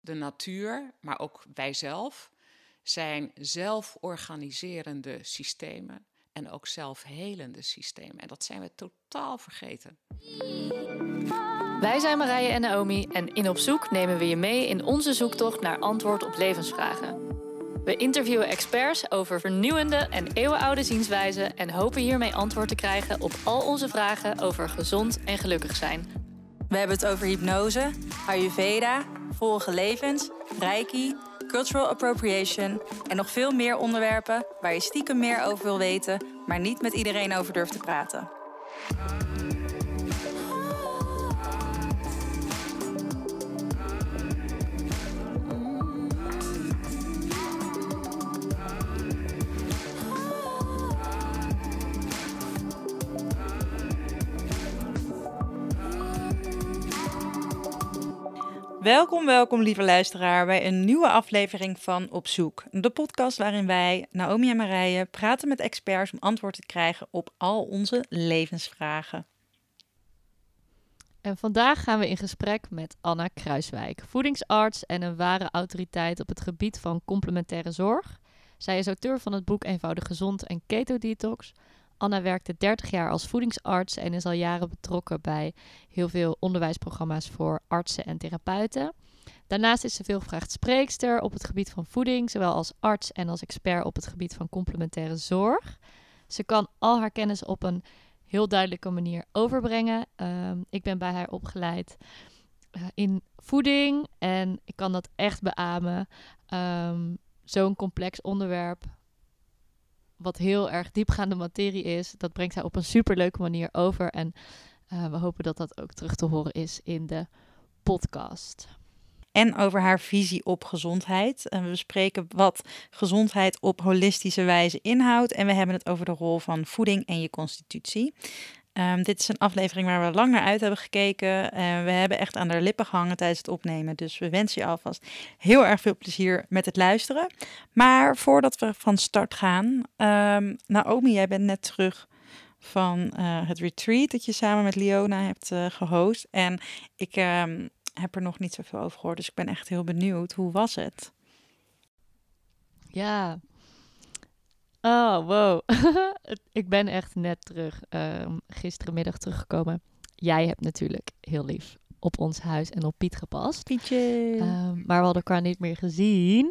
de natuur, maar ook wij zelf, zijn zelforganiserende systemen en ook zelfhelende systemen. En dat zijn we totaal vergeten. Wij zijn Marije en Naomi en in Op Zoek nemen we je mee in onze zoektocht naar antwoord op levensvragen. We interviewen experts over vernieuwende en eeuwenoude zienswijzen en hopen hiermee antwoord te krijgen op al onze vragen over gezond en gelukkig zijn. We hebben het over hypnose, Ayurveda, vorige levens, Reiki, cultural appropriation en nog veel meer onderwerpen waar je stiekem meer over wil weten, maar niet met iedereen over durft te praten. Welkom lieve luisteraar bij een nieuwe aflevering van Op Zoek. De podcast waarin wij, Naomi en Marije, praten met experts om antwoord te krijgen op al onze levensvragen. En vandaag gaan we in gesprek met Anna Kruiswijk, voedingsarts en een ware autoriteit op het gebied van complementaire zorg. Zij is auteur van het boek Eenvoudig Gezond en Keto Detox. Anna werkte 30 jaar als voedingsarts en is al jaren betrokken bij heel veel onderwijsprogramma's voor artsen en therapeuten. Daarnaast is ze veelgevraagd spreekster op het gebied van voeding, zowel als arts en als expert op het gebied van complementaire zorg. Ze kan al haar kennis op een heel duidelijke manier overbrengen. Ik ben bij haar opgeleid in voeding en ik kan dat echt beamen. Zo'n complex onderwerp, wat heel erg diepgaande materie is, dat brengt zij op een superleuke manier over. En we hopen dat dat ook terug te horen is in de podcast. En over haar visie op gezondheid. En we bespreken wat gezondheid op holistische wijze inhoudt. En we hebben het over de rol van voeding en je constitutie. Dit is een aflevering waar we lang naar uit hebben gekeken. We hebben echt aan de lippen gehangen tijdens het opnemen. Dus we wensen je alvast heel erg veel plezier met het luisteren. Maar voordat we van start gaan. Naomi, jij bent net terug van het retreat dat je samen met Leona hebt gehost. En ik heb er nog niet zoveel over gehoord. Dus ik ben echt heel benieuwd. Hoe was het? Ja. Oh, wow. Ik ben echt net terug, gisterenmiddag teruggekomen. Jij hebt natuurlijk heel lief op ons huis en op Piet gepast. Pietje. Maar we hadden elkaar niet meer gezien.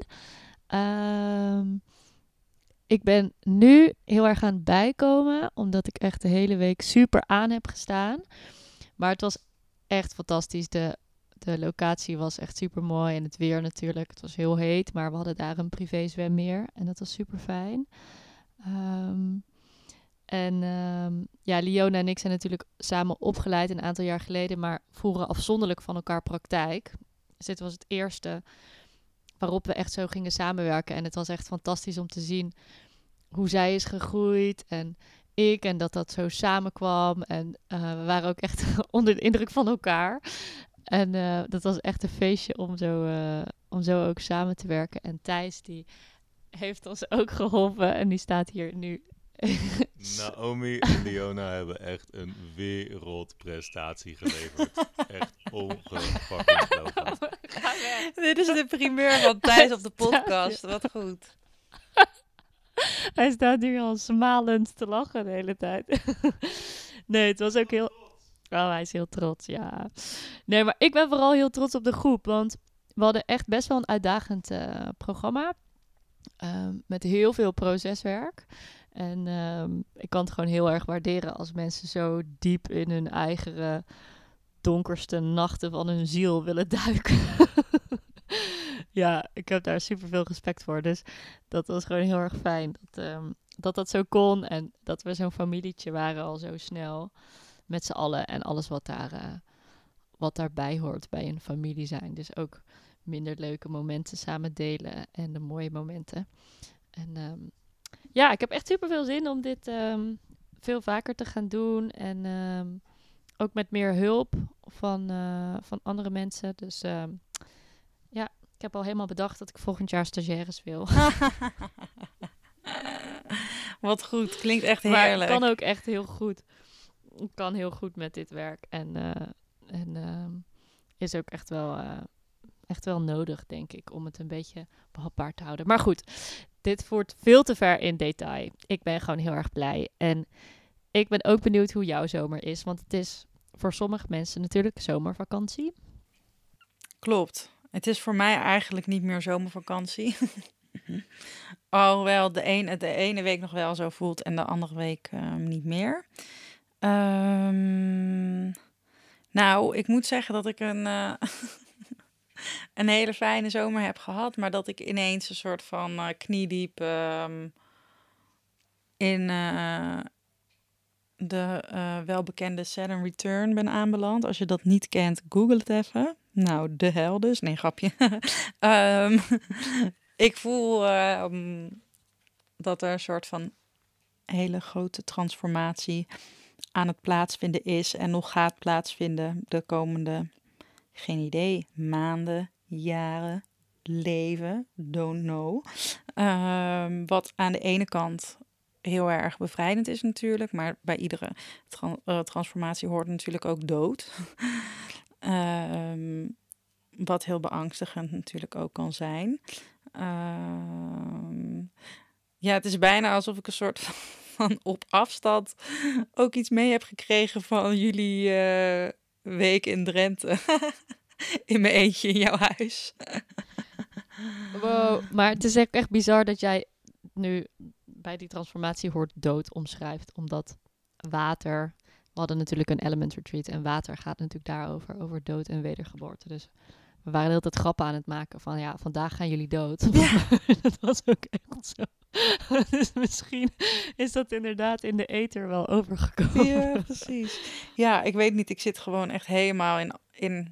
Ik ben nu heel erg aan het bijkomen, omdat ik echt de hele week super aan heb gestaan. Maar het was echt fantastisch. De locatie was echt super mooi en het weer natuurlijk. Het was heel heet, maar we hadden daar een privé zwemmeer en dat was super fijn. Leona en ik zijn natuurlijk samen opgeleid een aantal jaar geleden, maar voeren afzonderlijk van elkaar praktijk. Dus dit was het eerste waarop we echt zo gingen samenwerken. En het was echt fantastisch om te zien hoe zij is gegroeid en ik. En dat zo samenkwam. En we waren ook echt onder de indruk van elkaar. En dat was echt een feestje om zo ook samen te werken. En Thijs, die heeft ons ook geholpen. En die staat hier nu. Naomi en Leona hebben echt een wereldprestatie geleverd. Echt ongelooflijk. Dit is de primeur van Thijs op de podcast. Wat goed. Hij staat hier al smalend te lachen de hele tijd. Nee, het was ook heel... Oh, hij is heel trots, ja. Nee, maar ik ben vooral heel trots op de groep. Want we hadden echt best wel een uitdagend programma. Met heel veel proceswerk. En ik kan het gewoon heel erg waarderen als mensen zo diep in hun eigen donkerste nachten van hun ziel willen duiken. Ja, ik heb daar super veel respect voor. Dus dat was gewoon heel erg fijn dat zo kon. En dat we zo'n familietje waren al zo snel met z'n allen. En alles wat daarbij hoort bij een familie zijn. Dus ook minder leuke momenten samen delen en de mooie momenten. En ik heb echt super veel zin om dit veel vaker te gaan doen. En ook met meer hulp van andere mensen. Dus ik heb al helemaal bedacht dat ik volgend jaar stagiaires wil. Wat goed, klinkt echt Maar heerlijk. het kan ook echt heel goed. Ik kan heel goed met dit werk. En is ook echt wel echt wel nodig, denk ik, om het een beetje behapbaar te houden. Maar goed, dit voert veel te ver in detail. Ik ben gewoon heel erg blij. En ik ben ook benieuwd hoe jouw zomer is. Want het is voor sommige mensen natuurlijk zomervakantie. Klopt. Het is voor mij eigenlijk niet meer zomervakantie. Alhoewel de ene week nog wel zo voelt en de andere week niet meer. Nou, ik moet zeggen dat ik een hele fijne zomer heb gehad. Maar dat ik ineens een soort van kniediep in de welbekende Saturn Return ben aanbeland. Als je dat niet kent, google het even. Nou, de hel dus. Nee, grapje. Ik voel dat er een soort van hele grote transformatie aan het plaatsvinden is en nog gaat plaatsvinden de komende, geen idee, maanden, jaren, leven, don't know. Wat aan de ene kant heel erg bevrijdend is natuurlijk, maar bij iedere transformatie hoort natuurlijk ook dood. Wat heel beangstigend natuurlijk ook kan zijn. Ja, het is bijna alsof ik een soort van op afstand ook iets mee heb gekregen van jullie week in Drenthe. In mijn eentje in jouw huis. Wow, maar het is echt bizar dat jij nu bij die transformatiewoord dood omschrijft, omdat water... We hadden natuurlijk een element retreat en water gaat natuurlijk daarover, over dood en wedergeboorte. Dus we waren de hele tijd grappen aan het maken van, ja, vandaag gaan jullie dood. Ja. Dat was ook echt zo. Dus misschien is dat inderdaad in de ether wel overgekomen. Ja, precies. Ja, ik weet niet. Ik zit gewoon echt helemaal in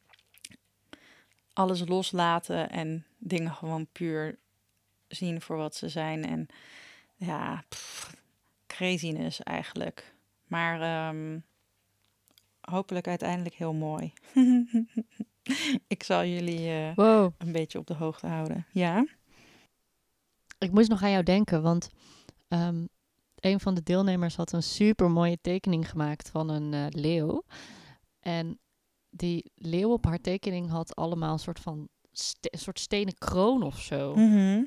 alles loslaten en dingen gewoon puur zien voor wat ze zijn. En ja, craziness eigenlijk. Maar hopelijk uiteindelijk heel mooi. Ik zal jullie Wow. een beetje op de hoogte houden. Ja? Ik moest nog aan jou denken, want een van de deelnemers had een super mooie tekening gemaakt van een leeuw. En die leeuw op haar tekening had allemaal een soort van een soort stenen kroon of zo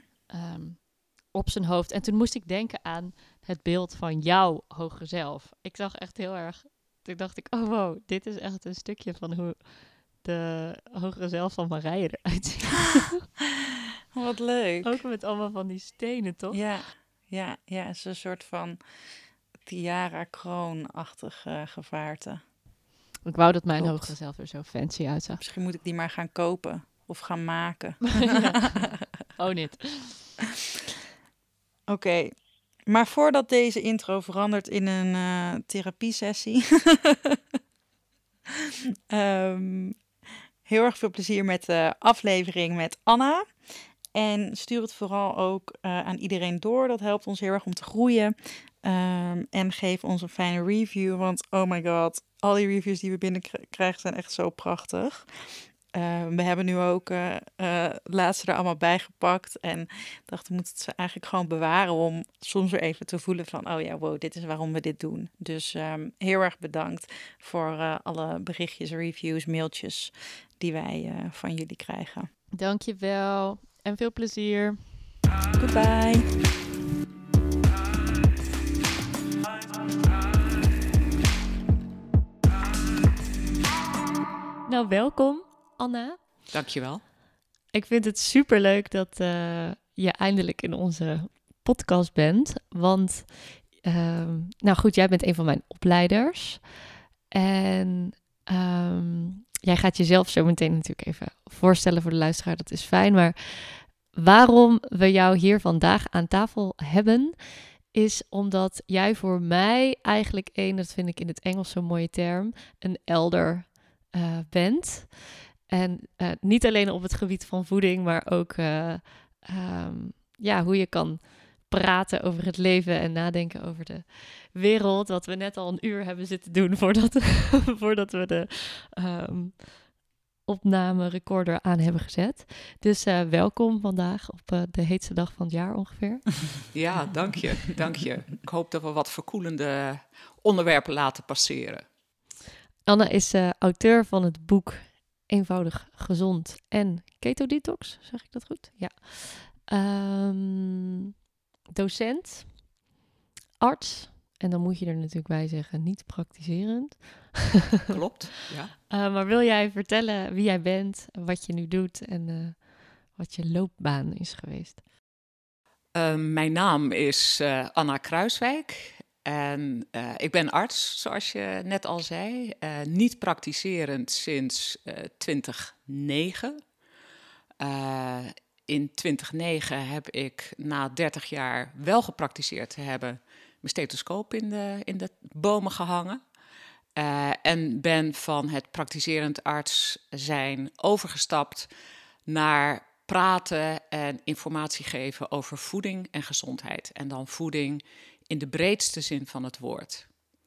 op zijn hoofd. En toen moest ik denken aan het beeld van jouw hogere zelf. Ik zag echt heel erg... Toen dacht ik, oh wow, dit is echt een stukje van hoe de hogere zelf van Marije eruit ziet. Wat leuk. Ook met allemaal van die stenen, toch? Ja, het is een soort van tiara-kroonachtig gevaarte. Ik wou dat mijn Klopt. hogere zelf er zo fancy uitzag. Misschien moet ik die maar gaan kopen of gaan maken. Oh, niet. Oké, maar voordat deze intro verandert in een therapiesessie... heel erg veel plezier met de aflevering met Anna. En stuur het vooral ook aan iedereen door. Dat helpt ons heel erg om te groeien. En geef ons een fijne review. Want oh my god, al die reviews die we binnenkrijgen zijn echt zo prachtig. We hebben nu ook laatste er allemaal bij gepakt. En dachten, we moeten ze eigenlijk gewoon bewaren om soms weer even te voelen van, oh ja, wow, dit is waarom we dit doen. Dus heel erg bedankt voor alle berichtjes, reviews, mailtjes die wij van jullie krijgen. Dankjewel en veel plezier. Goodbye. Nou, welkom, Anna. Dankjewel. Ik vind het superleuk dat je eindelijk in onze podcast bent. Want, nou goed, jij bent een van mijn opleiders. En jij gaat jezelf zo meteen natuurlijk even voorstellen voor de luisteraar. Dat is fijn. Maar waarom we jou hier vandaag aan tafel hebben, is omdat jij voor mij eigenlijk dat vind ik in het Engels zo'n mooie term, een elder bent. En niet alleen op het gebied van voeding, maar ook hoe je kan praten over het leven en nadenken over de wereld. Wat we net al een uur hebben zitten doen voordat we de opname-recorder aan hebben gezet. Dus welkom vandaag op de heetste dag van het jaar ongeveer. Ja, dank je. Ik hoop dat we wat verkoelende onderwerpen laten passeren. Anna is auteur van het boek eenvoudig gezond en keto detox, zeg ik dat goed? Ja. Docent, arts, en dan moet je er natuurlijk bij zeggen, niet praktiserend. Klopt, ja. Maar wil jij vertellen wie jij bent, wat je nu doet en wat je loopbaan is geweest? Mijn naam is Anna Kruiswijk en ik ben arts, zoals je net al zei. Niet praktiserend sinds 2009. In 2009 heb ik na 30 jaar wel gepraktiseerd te hebben mijn stethoscoop in de bomen gehangen. En ben van het praktiserend arts zijn overgestapt naar praten en informatie geven over voeding en gezondheid. En dan voeding in de breedste zin van het woord.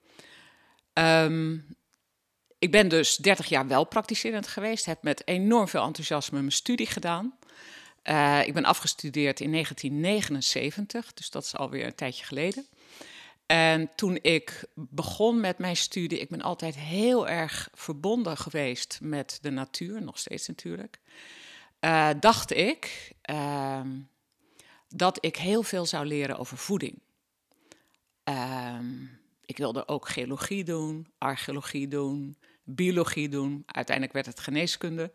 Ik ben dus 30 jaar wel praktiserend geweest. Heb met enorm veel enthousiasme mijn studie gedaan. Ik ben afgestudeerd in 1979, dus dat is alweer een tijdje geleden. En toen ik begon met mijn studie, ik ben altijd heel erg verbonden geweest met de natuur, nog steeds natuurlijk. Dacht ik dat ik heel veel zou leren over voeding. Ik wilde ook geologie doen, archeologie doen, biologie doen. Uiteindelijk werd het geneeskunde.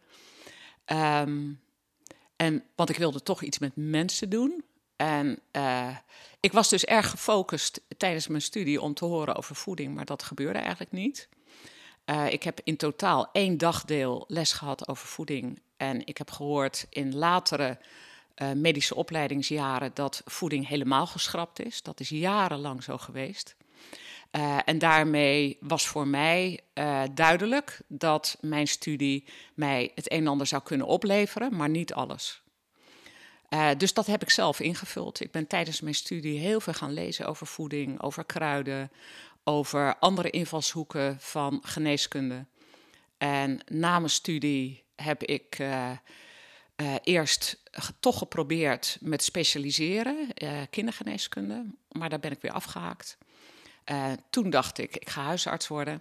Want ik wilde toch iets met mensen doen. En ik was dus erg gefocust tijdens mijn studie om te horen over voeding, maar dat gebeurde eigenlijk niet. Ik heb in totaal 1 dagdeel les gehad over voeding. En ik heb gehoord in latere medische opleidingsjaren dat voeding helemaal geschrapt is. Dat is jarenlang zo geweest. En daarmee was voor mij duidelijk dat mijn studie mij het een en ander zou kunnen opleveren, maar niet alles. Dus dat heb ik zelf ingevuld. Ik ben tijdens mijn studie heel veel gaan lezen over voeding, over kruiden, over andere invalshoeken van geneeskunde. En na mijn studie heb ik eerst toch geprobeerd met specialiseren, kindergeneeskunde, maar daar ben ik weer afgehaakt. Toen dacht ik ga huisarts worden.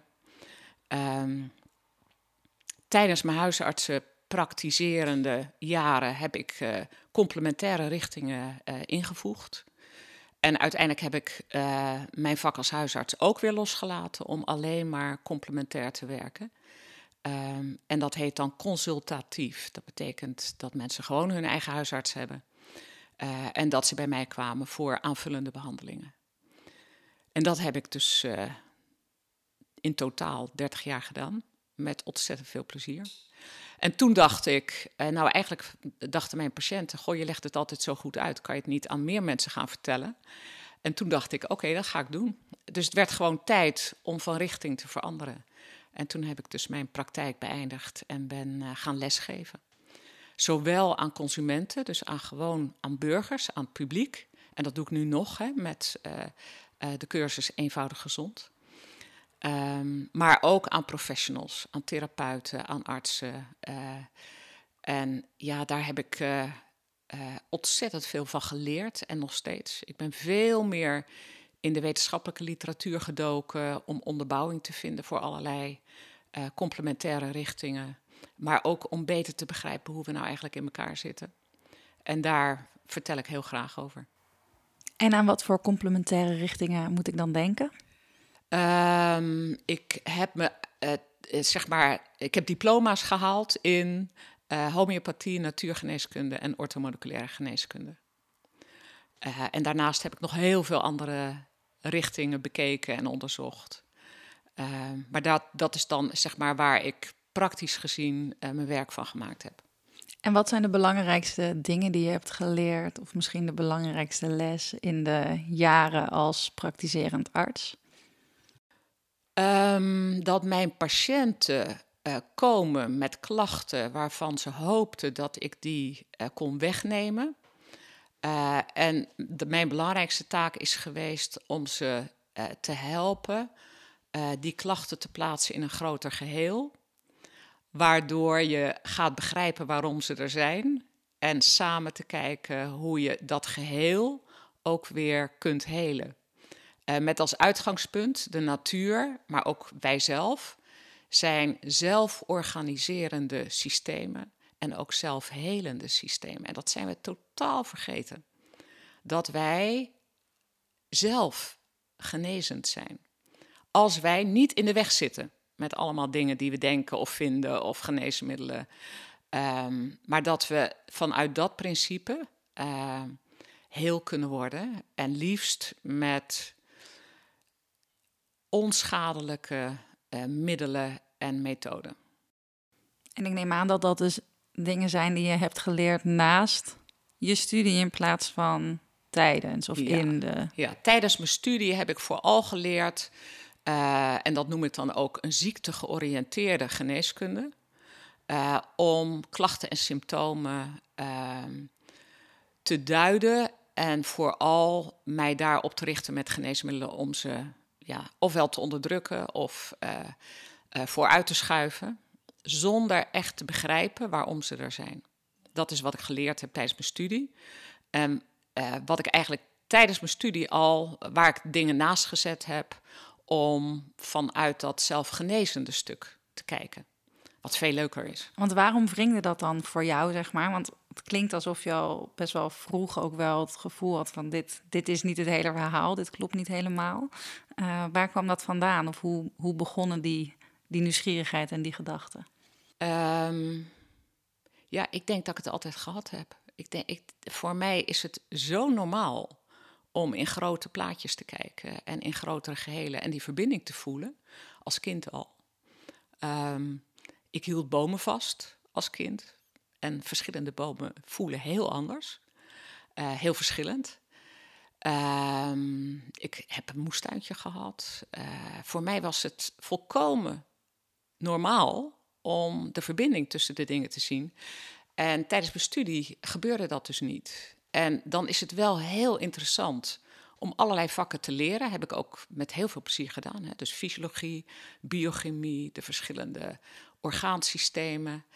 Tijdens mijn huisartsenpraktiserende jaren heb ik complementaire richtingen ingevoegd. En uiteindelijk heb ik mijn vak als huisarts ook weer losgelaten om alleen maar complementair te werken. En dat heet dan consultatief. Dat betekent dat mensen gewoon hun eigen huisarts hebben. En dat ze bij mij kwamen voor aanvullende behandelingen. En dat heb ik dus in totaal 30 jaar gedaan. Met ontzettend veel plezier. En toen dacht ik, eigenlijk dachten mijn patiënten, goh, je legt het altijd zo goed uit. Kan je het niet aan meer mensen gaan vertellen? En toen dacht ik, oké, dat ga ik doen. Dus het werd gewoon tijd om van richting te veranderen. En toen heb ik dus mijn praktijk beëindigd en ben gaan lesgeven. Zowel aan consumenten, dus aan burgers, aan het publiek. En dat doe ik nu nog met de cursus Eenvoudig Gezond. Maar ook aan professionals, aan therapeuten, aan artsen. En ja, daar heb ik ontzettend veel van geleerd en nog steeds. Ik ben veel meer in de wetenschappelijke literatuur gedoken om onderbouwing te vinden voor allerlei complementaire richtingen. Maar ook om beter te begrijpen hoe we nou eigenlijk in elkaar zitten. En daar vertel ik heel graag over. En aan wat voor complementaire richtingen moet ik dan denken? Ik heb diploma's gehaald in homeopathie, natuurgeneeskunde en orthomoleculaire geneeskunde. En daarnaast heb ik nog heel veel andere richtingen bekeken en onderzocht. Maar dat is dan waar ik praktisch gezien mijn werk van gemaakt heb. En wat zijn de belangrijkste dingen die je hebt geleerd, of misschien de belangrijkste les in de jaren als praktiserend arts? Dat mijn patiënten komen met klachten waarvan ze hoopten dat ik die kon wegnemen. En mijn belangrijkste taak is geweest om ze te helpen die klachten te plaatsen in een groter geheel. Waardoor je gaat begrijpen waarom ze er zijn. En samen te kijken hoe je dat geheel ook weer kunt helen. Met als uitgangspunt de natuur, maar ook wij zelf, zijn zelforganiserende systemen en ook zelfhelende systemen. En dat zijn we totaal vergeten. Dat wij zelf genezend zijn. Als wij niet in de weg zitten met allemaal dingen die we denken of vinden of geneesmiddelen. Maar dat we vanuit dat principe heel kunnen worden. En liefst met onschadelijke middelen en methoden. En ik neem aan dat dat dus dingen zijn die je hebt geleerd naast je studie in plaats van tijdens of in de... Ja, tijdens mijn studie heb ik vooral geleerd, en dat noem ik dan ook een ziektegeoriënteerde geneeskunde, om klachten en symptomen te duiden en vooral mij daarop te richten met geneesmiddelen om ze ofwel te onderdrukken of vooruit te schuiven, zonder echt te begrijpen waarom ze er zijn. Dat is wat ik geleerd heb tijdens mijn studie. En wat ik eigenlijk tijdens mijn studie al, waar ik dingen naast gezet heb, om vanuit dat zelfgenezende stuk te kijken. Wat veel leuker is. Want waarom wringde dat dan voor jou, zeg maar? Want het klinkt alsof je al best wel vroeg ook wel het gevoel had van dit is niet het hele verhaal, dit klopt niet helemaal. Waar kwam dat vandaan? Of hoe begonnen die nieuwsgierigheid en die gedachten? Ik denk dat ik het altijd gehad heb. Voor mij is het zo normaal om in grote plaatjes te kijken en in grotere gehelen en die verbinding te voelen, als kind al. Ik hield bomen vast als kind en verschillende bomen voelen heel anders, heel verschillend. Ik heb een moestuintje gehad. Voor mij was het volkomen normaal om de verbinding tussen de dingen te zien. En tijdens mijn studie gebeurde dat dus niet. En dan is het wel heel interessant om allerlei vakken te leren. Heb ik ook met heel veel plezier gedaan. Hè? Dus fysiologie, biochemie, de verschillende orgaansystemen.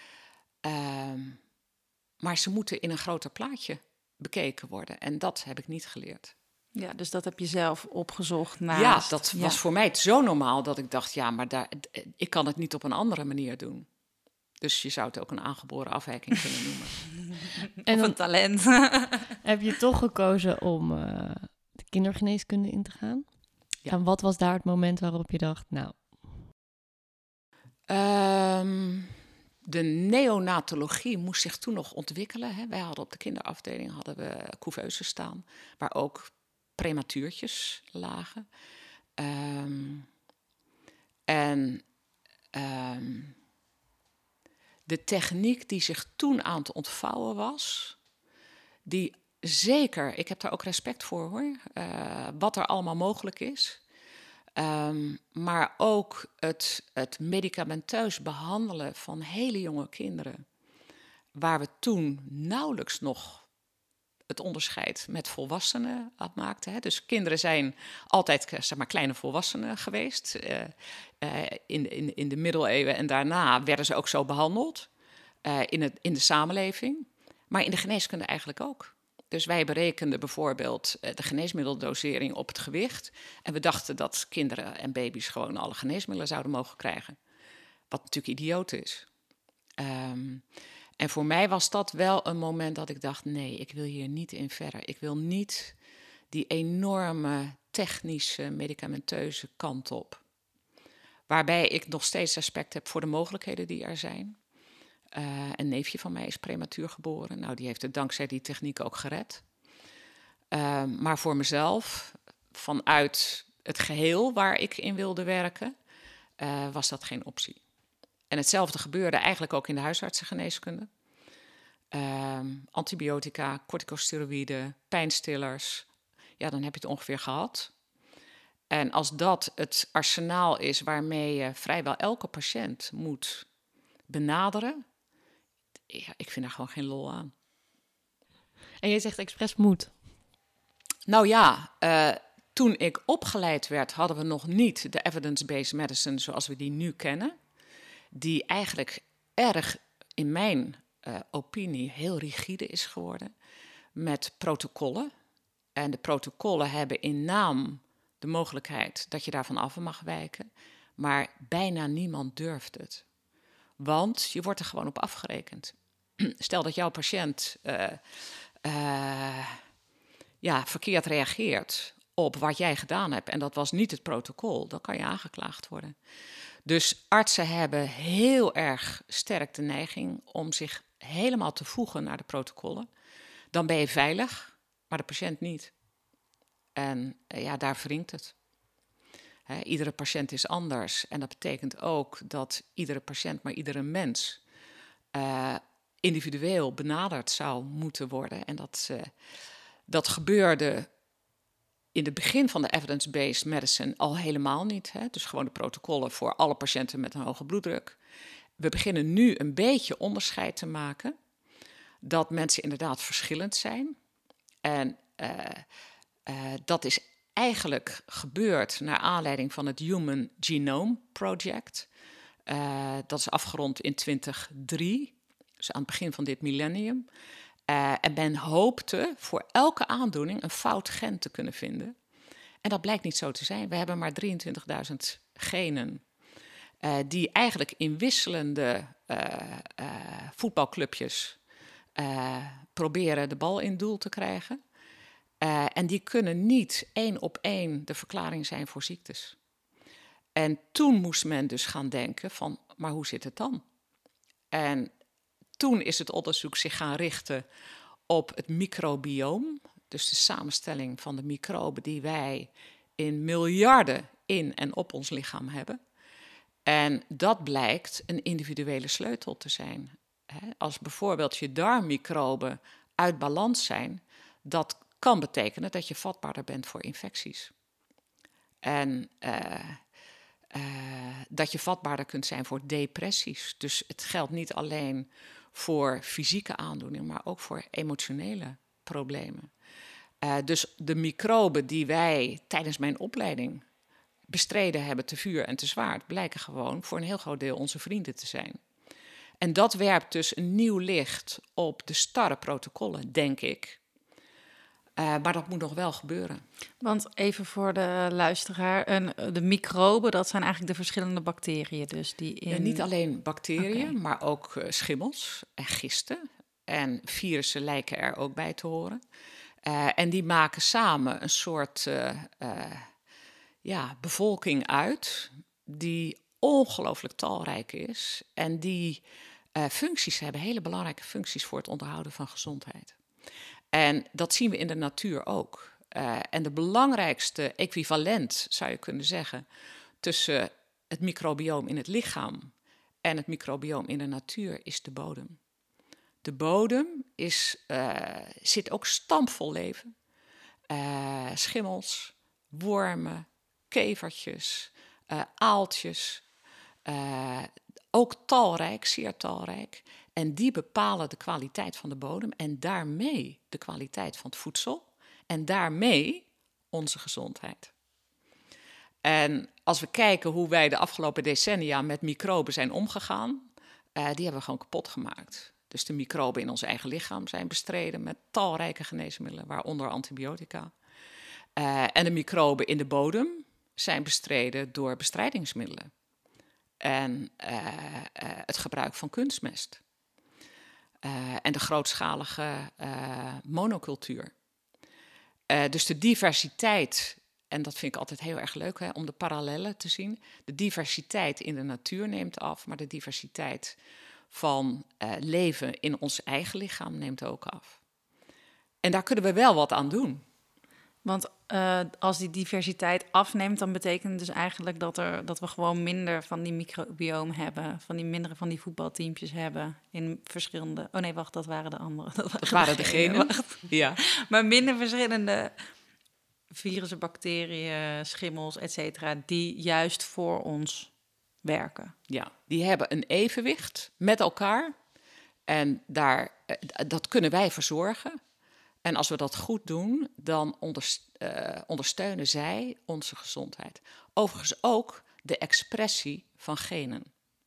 Maar ze moeten in een groter plaatje bekeken worden. En dat heb ik niet geleerd. Ja, dus dat heb je zelf opgezocht naast... Ja, dat was voor mij zo normaal dat ik dacht, ik kan het niet op een andere manier doen. Dus je zou het ook een aangeboren afwijking kunnen noemen. Of een talent. Heb je toch gekozen om de kindergeneeskunde in te gaan? Ja. En wat was daar het moment waarop je dacht, nou... De neonatologie moest zich toen nog ontwikkelen. Hè. Wij hadden op de kinderafdeling couveuses staan, waar ook prematuurtjes lagen. De techniek die zich toen aan het ontvouwen was, die zeker, ik heb daar ook respect voor hoor, wat er allemaal mogelijk is. Maar ook het medicamenteus behandelen van hele jonge kinderen, waar we toen nauwelijks nog het onderscheid met volwassenen maakten. Hè. Dus kinderen zijn altijd zeg maar, kleine volwassenen geweest. In de middeleeuwen en daarna werden ze ook zo behandeld in de samenleving. Maar in de geneeskunde eigenlijk ook. Dus wij berekenden bijvoorbeeld de geneesmiddeldosering op het gewicht. En we dachten dat kinderen en baby's gewoon alle geneesmiddelen zouden mogen krijgen. Wat natuurlijk idioot is. En voor mij was dat wel een moment dat ik dacht, nee, ik wil hier niet in verder. Ik wil niet die enorme technische, medicamenteuze kant op. Waarbij ik nog steeds respect heb voor de mogelijkheden die er zijn. Een neefje van mij is prematuur geboren. Nou, die heeft het dankzij die techniek ook gered. Maar voor mezelf, vanuit het geheel waar ik in wilde werken, was dat geen optie. En hetzelfde gebeurde eigenlijk ook in de huisartsengeneeskunde. Antibiotica, corticosteroïden, pijnstillers. Ja, dan heb je het ongeveer gehad. En als dat het arsenaal is waarmee je vrijwel elke patiënt moet benaderen, ja, ik vind daar gewoon geen lol aan. En jij zegt expres moet. Nou ja, toen ik opgeleid werd, hadden we nog niet de evidence-based medicine zoals we die nu kennen. Die eigenlijk erg, in mijn opinie, heel rigide is geworden. Met protocollen. En de protocollen hebben in naam de mogelijkheid dat je daarvan af mag wijken. Maar bijna niemand durft het. Want je wordt er gewoon op afgerekend. Stel dat jouw patiënt verkeerd reageert op wat jij gedaan hebt, en dat was niet het protocol, dan kan je aangeklaagd worden. Dus artsen hebben heel erg sterk de neiging om zich helemaal te voegen naar de protocollen. Dan ben je veilig, maar de patiënt niet. En daar wringt het. Iedere patiënt is anders. En dat betekent ook dat iedere patiënt, maar iedere mens, individueel benaderd zou moeten worden. En dat gebeurde in het begin van de evidence-based medicine al helemaal niet. Dus gewoon de protocollen voor alle patiënten met een hoge bloeddruk. We beginnen nu een beetje onderscheid te maken dat mensen inderdaad verschillend zijn. En dat is eigenlijk gebeurd naar aanleiding van het Human Genome Project. Dat is afgerond in 2003, dus aan het begin van dit millennium. En men hoopte voor elke aandoening een fout gen te kunnen vinden. En dat blijkt niet zo te zijn. We hebben maar 23.000 genen die eigenlijk in wisselende voetbalclubjes proberen de bal in doel te krijgen. En die kunnen niet 1 op 1 de verklaring zijn voor ziektes. En toen moest men dus gaan denken van, maar hoe zit het dan? En toen is het onderzoek zich gaan richten op het microbioom. Dus de samenstelling van de microben die wij in miljarden in en op ons lichaam hebben. En dat blijkt een individuele sleutel te zijn. Als bijvoorbeeld je darmmicroben uit balans zijn, dat kan betekenen dat je vatbaarder bent voor infecties. En dat je vatbaarder kunt zijn voor depressies. Dus het geldt niet alleen voor fysieke aandoeningen, maar ook voor emotionele problemen. Dus de microben die wij tijdens mijn opleiding bestreden hebben te vuur en te zwaard, blijken gewoon voor een heel groot deel onze vrienden te zijn. En dat werpt dus een nieuw licht op de starre protocollen, denk ik. Maar dat moet nog wel gebeuren. Want even voor de luisteraar, de microben, dat zijn eigenlijk de verschillende bacteriën. Dus die in... Niet alleen bacteriën, maar ook schimmels en gisten. En virussen lijken er ook bij te horen. En die maken samen een soort bevolking uit die ongelooflijk talrijk is. En die functies hebben, hele belangrijke functies voor het onderhouden van gezondheid. En dat zien we in de natuur ook. En de belangrijkste equivalent, zou je kunnen zeggen, tussen het microbioom in het lichaam en het microbioom in de natuur is de bodem. De bodem zit ook stampvol leven. Schimmels, wormen, kevertjes, aaltjes. Ook talrijk, zeer talrijk. En die bepalen de kwaliteit van de bodem en daarmee de kwaliteit van het voedsel en daarmee onze gezondheid. En als we kijken hoe wij de afgelopen decennia met microben zijn omgegaan, die hebben we gewoon kapot gemaakt. Dus de microben in ons eigen lichaam zijn bestreden met talrijke geneesmiddelen, waaronder antibiotica. En de microben in de bodem zijn bestreden door bestrijdingsmiddelen en het gebruik van kunstmest. En de grootschalige monocultuur. Dus de diversiteit, en dat vind ik altijd heel erg leuk om de parallellen te zien. De diversiteit in de natuur neemt af, maar de diversiteit van leven in ons eigen lichaam neemt ook af. En daar kunnen we wel wat aan doen. Want als die diversiteit afneemt, dan betekent het dus eigenlijk dat we gewoon minder van die microbioom hebben. Minder van die voetbalteampjes hebben in verschillende... Oh nee, wacht, dat waren de andere. Dat waren degenen. Ja. Maar minder verschillende virussen, bacteriën, schimmels, et cetera, die juist voor ons werken. Ja, die hebben een evenwicht met elkaar. En dat kunnen wij verzorgen. En als we dat goed doen, dan ondersteunen zij onze gezondheid. Overigens ook de expressie van genen.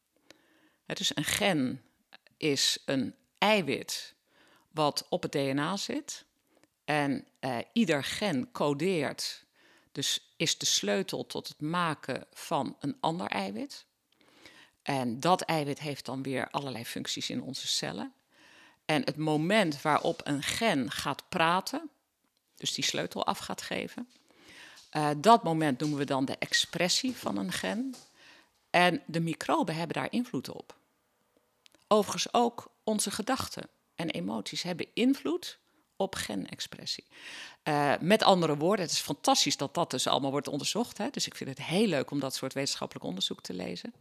Dus een gen is een eiwit wat op het DNA zit. En ieder gen codeert Dus is de sleutel tot het maken van een ander eiwit. En dat eiwit heeft dan weer allerlei functies in onze cellen. En het moment waarop een gen gaat praten, dus die sleutel af gaat geven, dat moment noemen we dan de expressie van een gen. En de microben hebben daar invloed op. Overigens ook onze gedachten en emoties hebben invloed op genexpressie. Met andere woorden, het is fantastisch dat dat dus allemaal wordt onderzocht. Hè? Dus ik vind het heel leuk om dat soort wetenschappelijk onderzoek te lezen.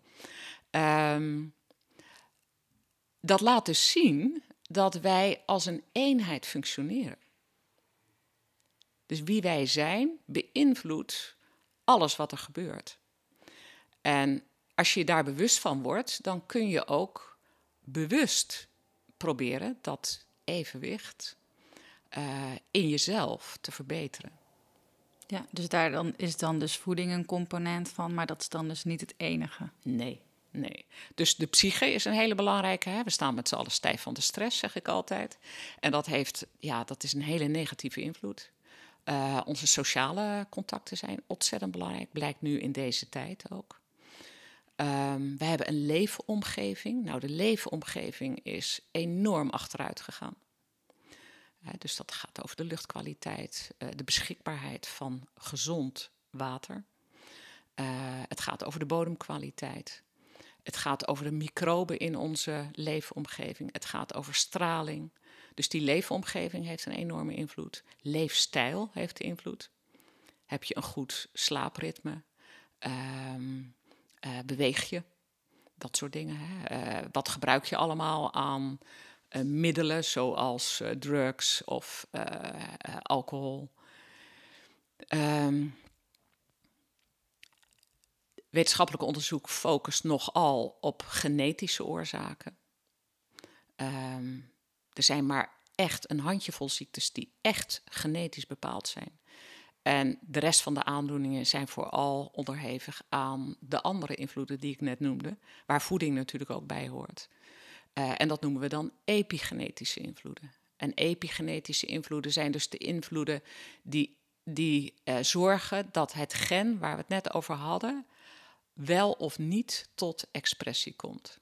Dat laat dus zien dat wij als een eenheid functioneren. Dus wie wij zijn beïnvloedt alles wat er gebeurt. En als je daar bewust van wordt, dan kun je ook bewust proberen dat evenwicht in jezelf te verbeteren. Ja, dus daar dan is dan dus voeding een component van, maar dat is dan dus niet het enige. Nee. Dus de psyche is een hele belangrijke. Hè? We staan met z'n allen stijf van de stress, zeg ik altijd. En dat is een hele negatieve invloed. Onze sociale contacten zijn ontzettend belangrijk, blijkt nu in deze tijd ook. We hebben een leefomgeving. Nou, de leefomgeving is enorm achteruit gegaan. Dus dat gaat over de luchtkwaliteit, de beschikbaarheid van gezond water. Het gaat over de bodemkwaliteit. Het gaat over de microben in onze leefomgeving. Het gaat over straling. Dus die leefomgeving heeft een enorme invloed. Leefstijl heeft invloed. Heb je een goed slaapritme? Beweeg je? Dat soort dingen. Hè? Wat gebruik je allemaal aan middelen zoals drugs of alcohol? Wetenschappelijk onderzoek focust nogal op genetische oorzaken. Er zijn maar echt een handjevol ziektes die echt genetisch bepaald zijn. En de rest van de aandoeningen zijn vooral onderhevig aan de andere invloeden die ik net noemde, waar voeding natuurlijk ook bij hoort. En dat noemen we dan epigenetische invloeden. En epigenetische invloeden zijn dus de invloeden die zorgen dat het gen waar we het net over hadden wel of niet tot expressie komt.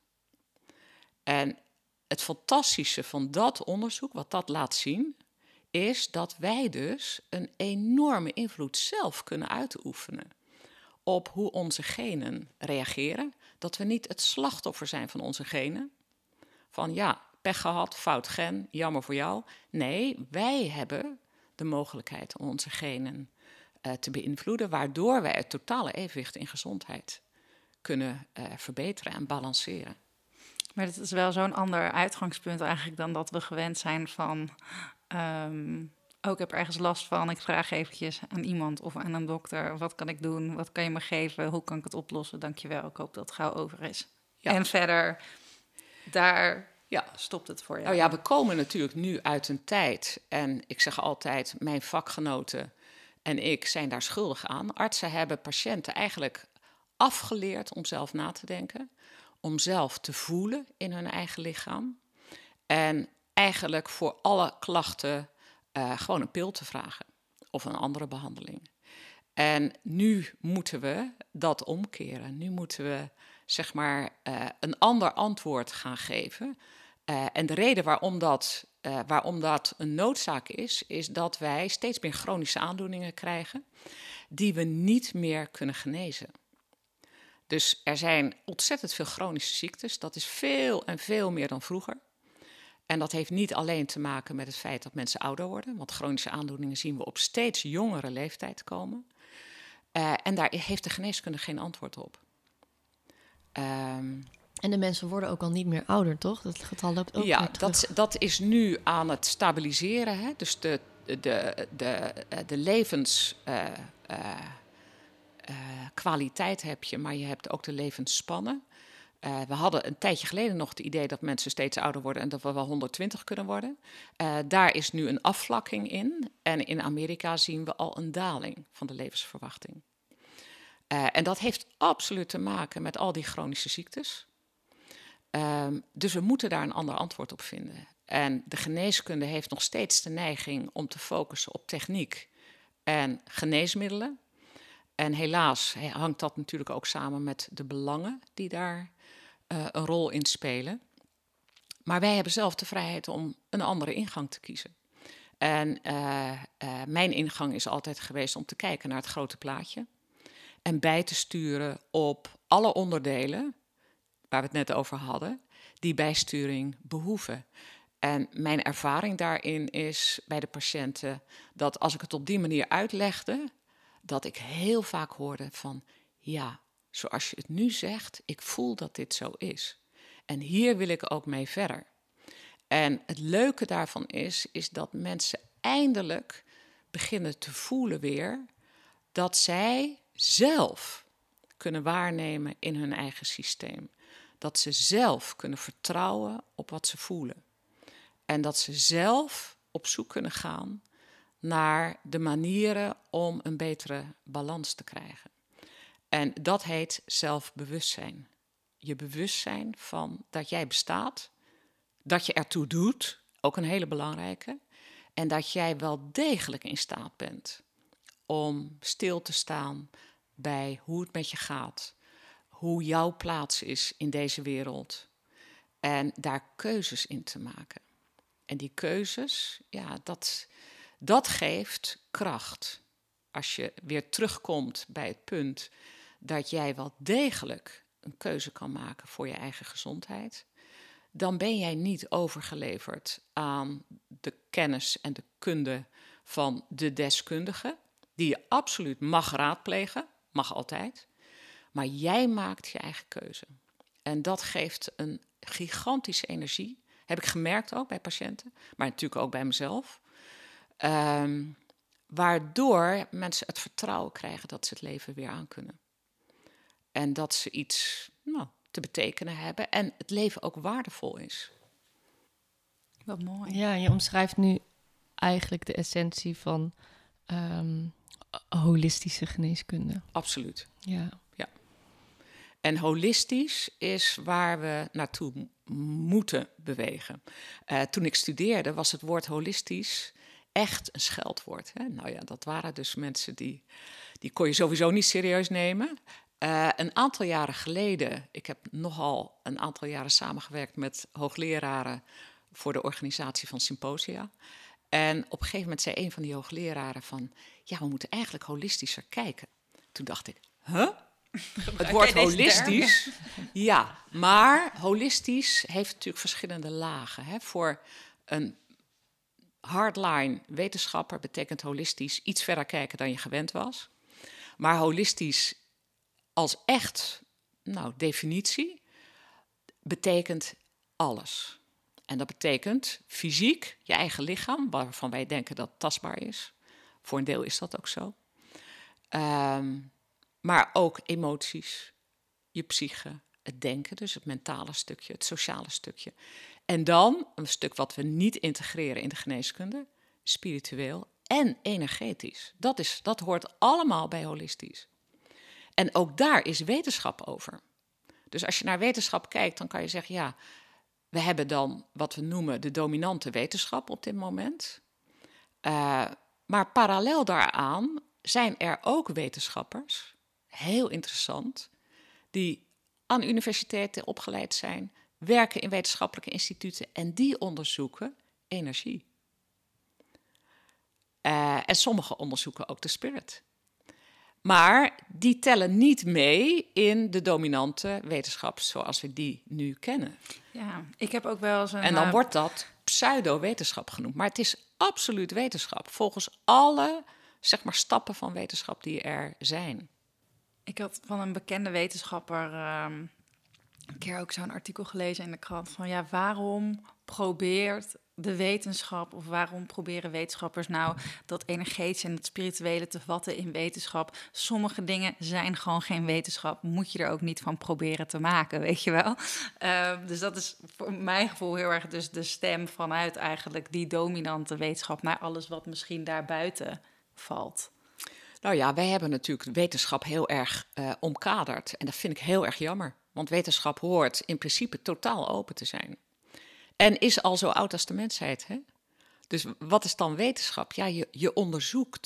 En het fantastische van dat onderzoek, wat dat laat zien, is dat wij dus een enorme invloed zelf kunnen uitoefenen op hoe onze genen reageren. Dat we niet het slachtoffer zijn van onze genen. Van ja, pech gehad, fout gen, jammer voor jou. Nee, wij hebben de mogelijkheid om onze genen te beïnvloeden, waardoor wij het totale evenwicht in gezondheid kunnen verbeteren en balanceren. Maar het is wel zo'n ander uitgangspunt eigenlijk dan dat we gewend zijn van... ik heb ergens last van, ik vraag eventjes aan iemand of aan een dokter... wat kan ik doen, wat kan je me geven, hoe kan ik het oplossen? Dankjewel, ik hoop dat het gauw over is. Ja. En verder, daar stopt het voor jou. Nou ja, we komen natuurlijk nu uit een tijd... en ik zeg altijd, mijn vakgenoten en ik zijn daar schuldig aan. Artsen hebben patiënten eigenlijk afgeleerd om zelf na te denken... om zelf te voelen in hun eigen lichaam. En eigenlijk voor alle klachten gewoon een pil te vragen. Of een andere behandeling. En nu moeten we dat omkeren. Nu moeten we zeg maar een ander antwoord gaan geven. En de reden waarom dat een noodzaak is dat wij steeds meer chronische aandoeningen krijgen... die we niet meer kunnen genezen. Dus er zijn ontzettend veel chronische ziektes. Dat is veel en veel meer dan vroeger. En dat heeft niet alleen te maken met het feit dat mensen ouder worden. Want chronische aandoeningen zien we op steeds jongere leeftijd komen. En daar heeft de geneeskunde geen antwoord op. En de mensen worden ook al niet meer ouder, toch? Dat getal loopt ook weer terug. Dat is nu aan het stabiliseren. Hè? Dus de levenskwaliteit heb je, maar je hebt ook de levensspannen. We hadden een tijdje geleden nog het idee dat mensen steeds ouder worden... en dat we wel 120 kunnen worden. Daar is nu een afvlakking in. En in Amerika zien we al een daling van de levensverwachting. En dat heeft absoluut te maken met al die chronische ziektes. Dus we moeten daar een ander antwoord op vinden. En de geneeskunde heeft nog steeds de neiging om te focussen op techniek en geneesmiddelen. En helaas hangt dat natuurlijk ook samen met de belangen die daar een rol in spelen. Maar wij hebben zelf de vrijheid om een andere ingang te kiezen. En mijn ingang is altijd geweest om te kijken naar het grote plaatje. En bij te sturen op alle onderdelen, waar we het net over hadden, die bijsturing behoeven. En mijn ervaring daarin is bij de patiënten dat als ik het op die manier uitlegde, dat ik heel vaak hoorde van, ja, zoals je het nu zegt, ik voel dat dit zo is. En hier wil ik ook mee verder. En het leuke daarvan is dat mensen eindelijk beginnen te voelen weer dat zij zelf kunnen waarnemen in hun eigen systeem. Dat ze zelf kunnen vertrouwen op wat ze voelen. En dat ze zelf op zoek kunnen gaan naar de manieren om een betere balans te krijgen. En dat heet zelfbewustzijn. Je bewustzijn van dat jij bestaat, dat je ertoe doet, ook een hele belangrijke, en dat jij wel degelijk in staat bent om stil te staan bij hoe het met je gaat, hoe jouw plaats is in deze wereld en daar keuzes in te maken. En die keuzes, ja, dat geeft kracht. Als je weer terugkomt bij het punt dat jij wel degelijk een keuze kan maken voor je eigen gezondheid, dan ben jij niet overgeleverd aan de kennis en de kunde van de deskundige, die je absoluut mag raadplegen, mag altijd, maar jij maakt je eigen keuze. En dat geeft een gigantische energie, heb ik gemerkt ook bij patiënten, maar natuurlijk ook bij mezelf, waardoor mensen het vertrouwen krijgen dat ze het leven weer aan kunnen. En dat ze iets te betekenen hebben en het leven ook waardevol is. Wat mooi. Ja, je omschrijft nu eigenlijk de essentie van holistische geneeskunde. Absoluut. Ja. En holistisch is waar we naartoe moeten bewegen. Toen ik studeerde was het woord holistisch echt een scheldwoord. Hè? Nou ja, dat waren dus mensen die kon je sowieso niet serieus nemen. Een aantal jaren geleden, ik heb nogal een aantal jaren samengewerkt met hoogleraren voor de organisatie van symposia. En op een gegeven moment zei een van die hoogleraren van, ja, we moeten eigenlijk holistischer kijken. Toen dacht ik, het woord holistisch, ja, maar holistisch heeft natuurlijk verschillende lagen. Hè? Voor een hardline wetenschapper betekent holistisch iets verder kijken dan je gewend was. Maar holistisch als echt definitie betekent alles. En dat betekent fysiek, je eigen lichaam, waarvan wij denken dat het tastbaar is. Voor een deel is dat ook zo. Maar ook emoties, je psyche, het denken, dus het mentale stukje, het sociale stukje. En dan een stuk wat we niet integreren in de geneeskunde, spiritueel en energetisch. Dat hoort allemaal bij holistisch. En ook daar is wetenschap over. Dus als je naar wetenschap kijkt, dan kan je zeggen, ja, we hebben dan wat we noemen de dominante wetenschap op dit moment. Maar parallel daaraan zijn er ook wetenschappers, heel interessant, die aan universiteiten opgeleid zijn, werken in wetenschappelijke instituten en die onderzoeken energie. En sommigen onderzoeken ook de spirit. Maar die tellen niet mee in de dominante wetenschap zoals we die nu kennen. Ja, ik heb ook wel eens een... En dan wordt dat pseudo-wetenschap genoemd. Maar het is absoluut wetenschap, volgens alle stappen van wetenschap die er zijn. Ik had van een bekende wetenschapper een keer ook zo'n artikel gelezen in de krant van, ja, waarom probeert de wetenschap of waarom proberen wetenschappers nou dat energetische en het spirituele te vatten in wetenschap? Sommige dingen zijn gewoon geen wetenschap, moet je er ook niet van proberen te maken, weet je wel? Dus dat is voor mijn gevoel heel erg dus de stem vanuit eigenlijk die dominante wetenschap naar alles wat misschien daarbuiten valt. Nou ja, wij hebben natuurlijk wetenschap heel erg omkaderd. En dat vind ik heel erg jammer. Want wetenschap hoort in principe totaal open te zijn. En is al zo oud als de mensheid. Hè? Dus wat is dan wetenschap? Ja, je onderzoekt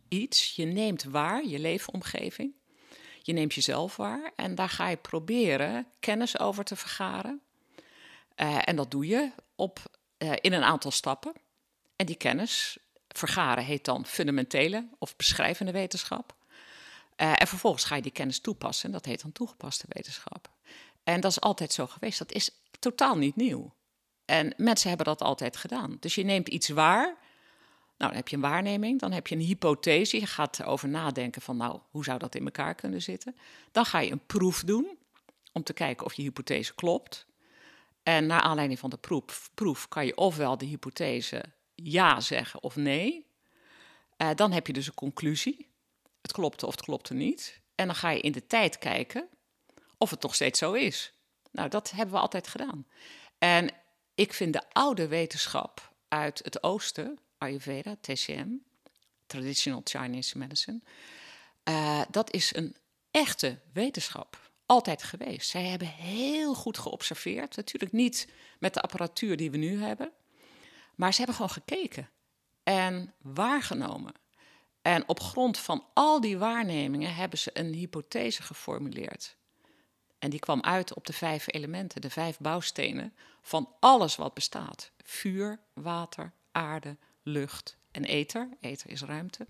iets. Je neemt waar, je leefomgeving. Je neemt jezelf waar en daar ga je proberen kennis over te vergaren. En dat doe je in een aantal stappen. En die kennis vergaren heet dan fundamentele of beschrijvende wetenschap. En vervolgens ga je die kennis toepassen en dat heet dan toegepaste wetenschap. En dat is altijd zo geweest. Dat is totaal niet nieuw. En mensen hebben dat altijd gedaan. Dus je neemt iets waar. Nou, dan heb je een waarneming, dan heb je een hypothese. Je gaat erover nadenken van, nou, hoe zou dat in elkaar kunnen zitten? Dan ga je een proef doen om te kijken of je hypothese klopt. En naar aanleiding van de proef kan je ofwel de hypothese ja zeggen of nee. Dan heb je dus een conclusie. Het klopte of het klopte niet. En dan ga je in de tijd kijken of het nog steeds zo is. Nou, dat hebben we altijd gedaan. En ik vind de oude wetenschap uit het oosten, Ayurveda, TCM, Traditional Chinese Medicine, dat is een echte wetenschap. Altijd geweest. Zij hebben heel goed geobserveerd. Natuurlijk niet met de apparatuur die we nu hebben. Maar ze hebben gewoon gekeken en waargenomen. En op grond van al die waarnemingen hebben ze een hypothese geformuleerd. En die kwam uit op de 5 elementen, de 5 bouwstenen van alles wat bestaat. Vuur, water, aarde, lucht en ether. Ether is ruimte.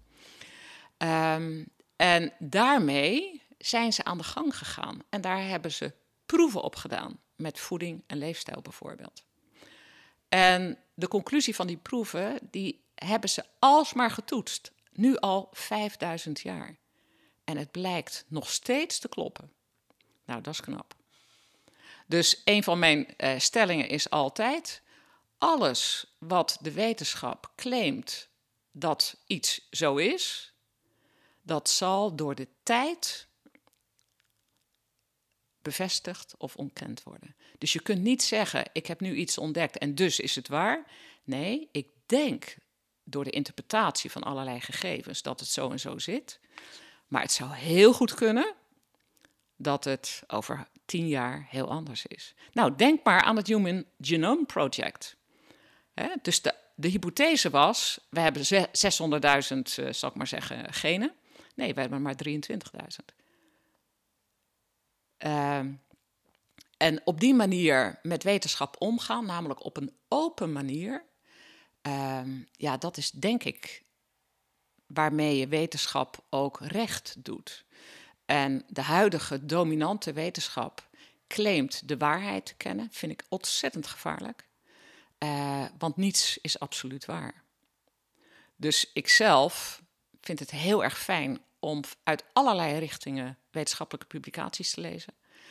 En daarmee zijn ze aan de gang gegaan. En daar hebben ze proeven op gedaan. Met voeding en leefstijl bijvoorbeeld. En de conclusie van die proeven, die hebben ze alsmaar getoetst. Nu al 5000 jaar. En het blijkt nog steeds te kloppen. Nou, dat is knap. Dus een van mijn stellingen is altijd: alles wat de wetenschap claimt dat iets zo is, dat zal door de tijd bevestigd of ontkend worden. Dus je kunt niet zeggen, ik heb nu iets ontdekt en dus is het waar. Nee, ik denk door de interpretatie van allerlei gegevens dat het zo en zo zit. Maar het zou heel goed kunnen dat het over 10 jaar heel anders is. Nou, denk maar aan het Human Genome Project. Dus de hypothese was, we hebben 600.000, zal ik maar zeggen, genen. Nee, we hebben maar 23.000. En op die manier met wetenschap omgaan, namelijk op een open manier, dat is denk ik waarmee je wetenschap ook recht doet. En de huidige dominante wetenschap claimt de waarheid te kennen, vind ik ontzettend gevaarlijk. Want niets is absoluut waar. Dus ik zelf vind het heel erg fijn om uit allerlei richtingen wetenschappelijke publicaties te lezen.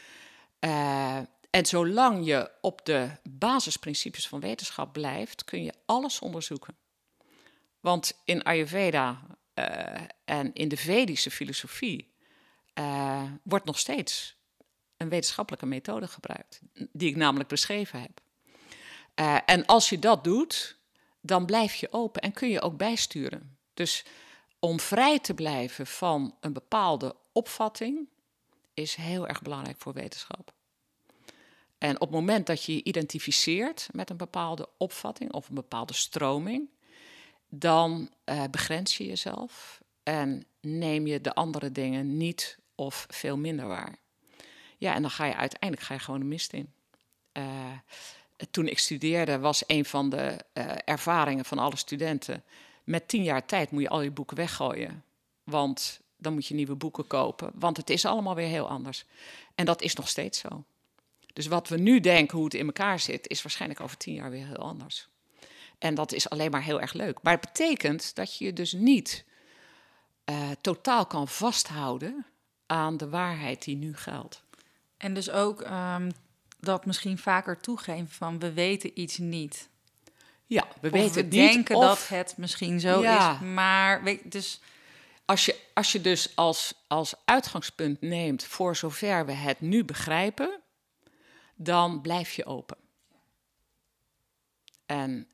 En zolang je op de basisprincipes van wetenschap blijft, kun je alles onderzoeken. Want in Ayurveda en in de Vedische filosofie wordt nog steeds een wetenschappelijke methode gebruikt, die ik namelijk beschreven heb. En als je dat doet, dan blijf je open en kun je ook bijsturen. Dus om vrij te blijven van een bepaalde opvatting is heel erg belangrijk voor wetenschap. En op het moment dat je je identificeert met een bepaalde opvatting of een bepaalde stroming, dan begrens je jezelf en neem je de andere dingen niet of veel minder waar. Ja, en dan ga je uiteindelijk gewoon de mist in. Toen ik studeerde was een van de ervaringen van alle studenten: met 10 jaar tijd moet je al je boeken weggooien. Want dan moet je nieuwe boeken kopen. Want het is allemaal weer heel anders. En dat is nog steeds zo. Dus wat we nu denken hoe het in elkaar zit, is waarschijnlijk over 10 jaar weer heel anders. En dat is alleen maar heel erg leuk. Maar het betekent dat je je dus niet totaal kan vasthouden aan de waarheid die nu geldt. En dus ook dat misschien vaker toegeven van we weten iets niet. Ja, we weten het niet. We denken dat het misschien zo is, maar dus Als je dus als uitgangspunt neemt voor zover we het nu begrijpen, dan blijf je open. En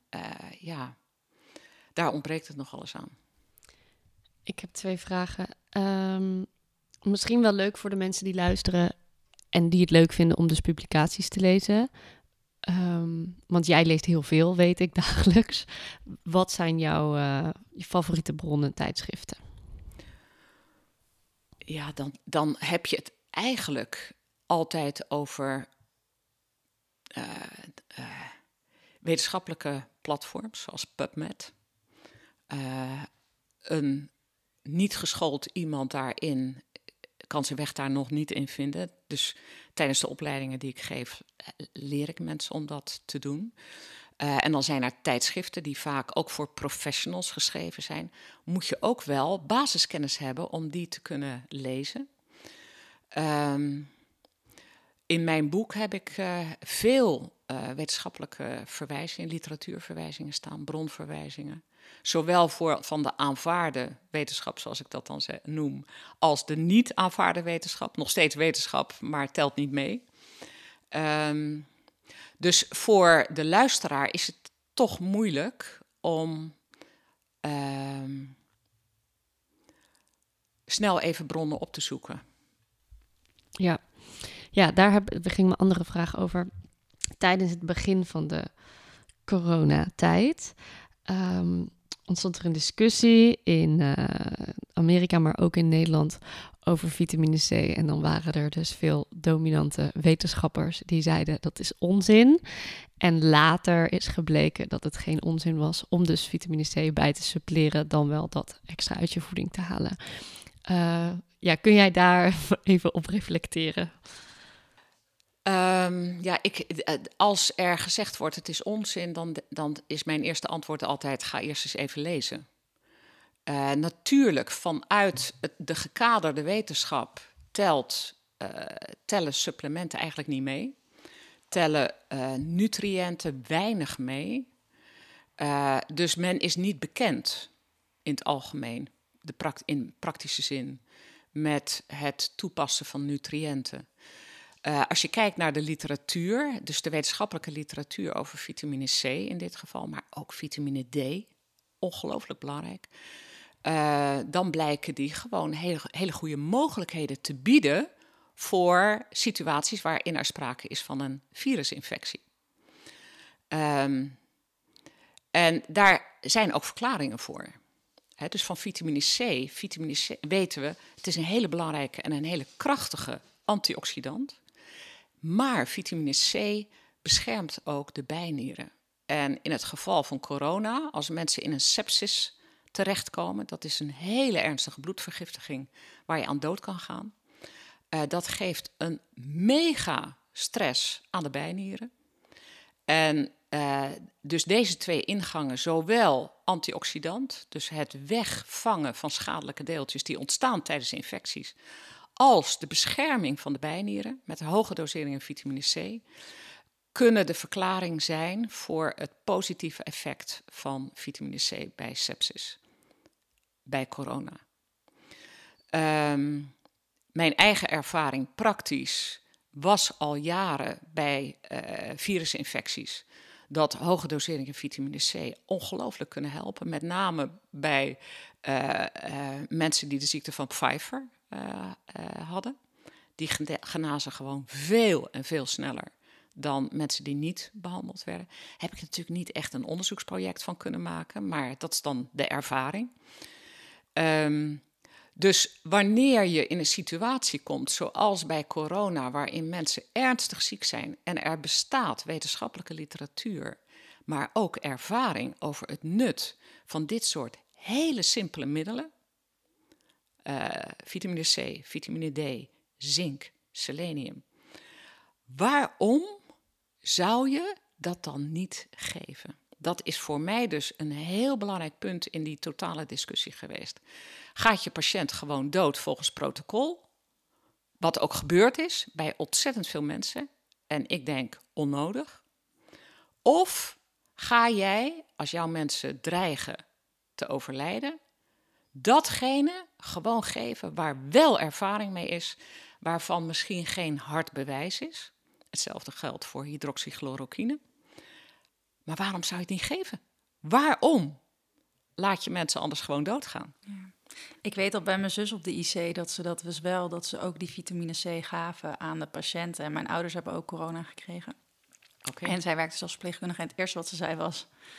daar ontbreekt het nog alles aan. Ik heb 2 vragen. Misschien wel leuk voor de mensen die luisteren en die het leuk vinden om dus publicaties te lezen. Want jij leest heel veel, weet ik, dagelijks. Wat zijn jouw je favoriete bronnen en tijdschriften? ja, dan heb je het eigenlijk altijd over wetenschappelijke platforms zoals PubMed. Een niet geschoold iemand daarin kan zijn weg daar nog niet in vinden. Dus tijdens de opleidingen die ik geef, leer ik mensen om dat te doen. En dan zijn er tijdschriften die vaak ook voor professionals geschreven zijn. Moet je ook wel basiskennis hebben om die te kunnen lezen. In mijn boek heb ik veel wetenschappelijke verwijzingen, literatuurverwijzingen staan, bronverwijzingen. Zowel van de aanvaarde wetenschap, zoals ik dat dan noem, als de niet aanvaarde wetenschap. Nog steeds wetenschap, maar telt niet mee. Dus voor de luisteraar is het toch moeilijk om snel even bronnen op te zoeken. Ja, daar ging mijn andere vraag over. Tijdens het begin van de coronatijd ontstond er een discussie in Amerika, maar ook in Nederland, over vitamine C. En dan waren er dus veel dominante wetenschappers die zeiden dat is onzin. En later is gebleken dat het geen onzin was om dus vitamine C bij te suppleren, dan wel dat extra uit je voeding te halen. Kun jij daar even op reflecteren? Als er gezegd wordt het is onzin, dan is mijn eerste antwoord altijd ga eerst eens even lezen. Natuurlijk, vanuit de gekaderde wetenschap tellen supplementen eigenlijk niet mee. Tellen nutriënten weinig mee. Dus men is niet bekend in het algemeen, in praktische zin, met het toepassen van nutriënten. Als je kijkt naar de literatuur, dus de wetenschappelijke literatuur over vitamine C in dit geval, maar ook vitamine D, ongelooflijk belangrijk, dan blijken die gewoon hele goede mogelijkheden te bieden voor situaties waarin er sprake is van een virusinfectie. En daar zijn ook verklaringen voor. Dus van vitamine C weten we, het is een hele belangrijke en een hele krachtige antioxidant. Maar vitamine C beschermt ook de bijnieren. En in het geval van corona, als mensen in een sepsis terechtkomen, dat is een hele ernstige bloedvergiftiging waar je aan dood kan gaan. Dat geeft een mega stress aan de bijnieren. En dus deze twee ingangen, zowel antioxidant, dus het wegvangen van schadelijke deeltjes die ontstaan tijdens infecties, als de bescherming van de bijnieren met hoge doseringen vitamine C, kunnen de verklaring zijn voor het positieve effect van vitamine C bij sepsis, bij corona. Mijn eigen ervaring praktisch was al jaren bij virusinfecties dat hoge doseringen vitamine C ongelooflijk kunnen helpen. Met name bij mensen die de ziekte van Pfeiffer hadden. Die genazen gewoon veel en veel sneller dan mensen die niet behandeld werden. Heb ik natuurlijk niet echt een onderzoeksproject van kunnen maken, maar dat is dan de ervaring. Dus wanneer je in een situatie komt, zoals bij corona, waarin mensen ernstig ziek zijn en er bestaat wetenschappelijke literatuur, maar ook ervaring over het nut van dit soort hele simpele middelen, vitamine C, vitamine D, zink, selenium. Waarom zou je dat dan niet geven? Dat is voor mij dus een heel belangrijk punt in die totale discussie geweest. Gaat je patiënt gewoon dood volgens protocol? Wat ook gebeurd is bij ontzettend veel mensen. En ik denk onnodig. Of ga jij, als jouw mensen dreigen te overlijden, datgene gewoon geven waar wel ervaring mee is, waarvan misschien geen hard bewijs is. Hetzelfde geldt voor hydroxychloroquine. Maar waarom zou je het niet geven? Waarom laat je mensen anders gewoon doodgaan? Ja. Ik weet al bij mijn zus op de IC dat ze ook die vitamine C gaven aan de patiënten. En mijn ouders hebben ook corona gekregen. Okay. En zij werkte als verpleegkundige en het eerste wat ze zei was,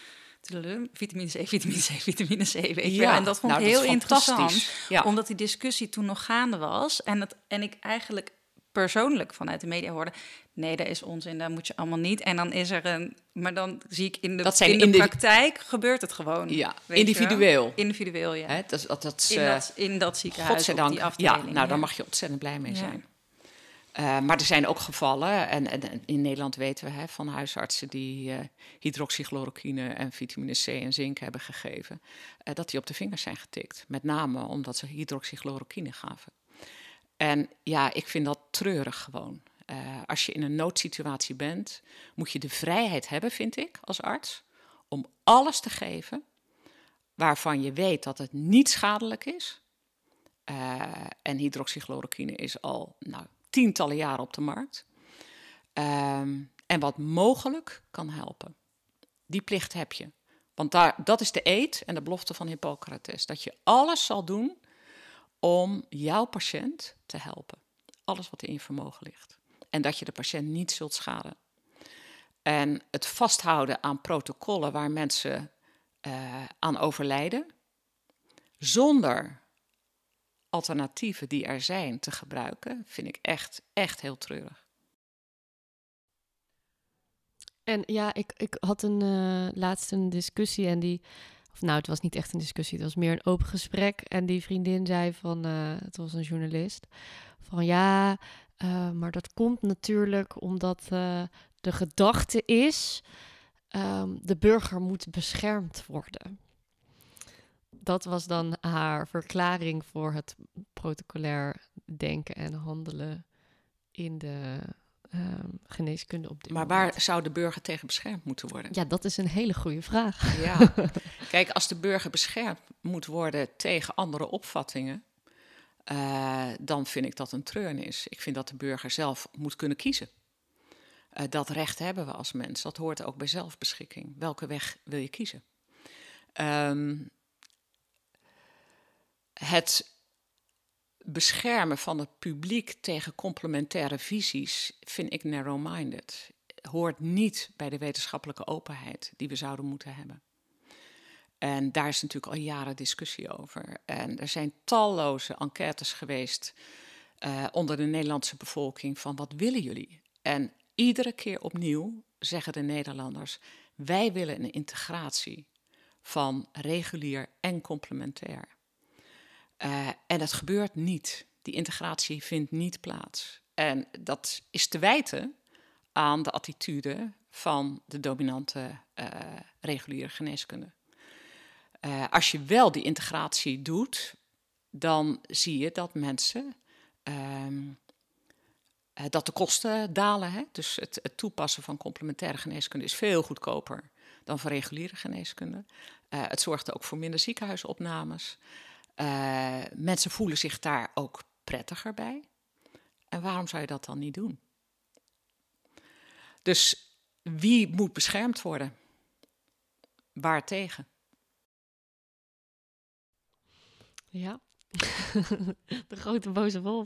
vitamine C, vitamine C, vitamine C, weet je Ja, wel. En dat vond ik nou, dat heel is interessant, fantastisch. Ja. omdat die discussie toen nog gaande was. En ik eigenlijk persoonlijk vanuit de media hoorde, nee, dat is onzin, dat moet je allemaal niet. En dan is er maar dan zie ik in de praktijk gebeurt het gewoon. Ja, weet individueel. Individueel, ja. Hè, In dat ziekenhuis, godzijdank, op die afdeling. ja, nou, daar mag je ontzettend blij mee Ja. zijn. Maar er zijn ook gevallen, en in Nederland weten we van huisartsen die hydroxychloroquine en vitamine C en zink hebben gegeven, dat die op de vingers zijn getikt. Met name omdat ze hydroxychloroquine gaven. En ja, ik vind dat treurig gewoon. Als je in een noodsituatie bent, moet je de vrijheid hebben, vind ik, als arts, om alles te geven waarvan je weet dat het niet schadelijk is. En hydroxychloroquine is al tientallen jaren op de markt. En wat mogelijk kan helpen. Die plicht heb je. Want dat is de eed en de belofte van Hippocrates. Dat je alles zal doen om jouw patiënt te helpen. Alles wat in je vermogen ligt. En dat je de patiënt niet zult schaden. En het vasthouden aan protocollen waar mensen aan overlijden, zonder alternatieven die er zijn te gebruiken, vind ik echt heel treurig. En ja, ik had laatst een discussie en het was niet echt een discussie, het was meer een open gesprek. En die vriendin zei het was een journalist, van ja, maar dat komt natuurlijk omdat de gedachte is, de burger moet beschermd worden. Dat was dan haar verklaring voor het protocolair denken en handelen in de geneeskunde op dit Maar moment. waar zou de burger tegen beschermd moeten worden? Ja, dat is een hele goede vraag. Ja. Kijk, als de burger beschermd moet worden tegen andere opvattingen, dan vind ik dat een treurnis. Ik vind dat de burger zelf moet kunnen kiezen. Dat recht hebben we als mens. Dat hoort ook bij zelfbeschikking. Welke weg wil je kiezen? Het beschermen van het publiek tegen complementaire visies vind ik narrow-minded. Hoort niet bij de wetenschappelijke openheid die we zouden moeten hebben. En daar is natuurlijk al jaren discussie over. En er zijn talloze enquêtes geweest onder de Nederlandse bevolking van wat willen jullie? En iedere keer opnieuw zeggen de Nederlanders, wij willen een integratie van regulier en complementair. En dat gebeurt niet. Die integratie vindt niet plaats. En dat is te wijten aan de attitude van de dominante reguliere geneeskunde. Als je wel die integratie doet, dan zie je dat mensen, dat de kosten dalen. Hè? Dus het toepassen van complementaire geneeskunde is veel goedkoper dan van reguliere geneeskunde. Het zorgt ook voor minder ziekenhuisopnames. Mensen voelen zich daar ook prettiger bij. En waarom zou je dat dan niet doen? Dus wie moet beschermd worden? Waartegen? Ja, de grote boze wolf.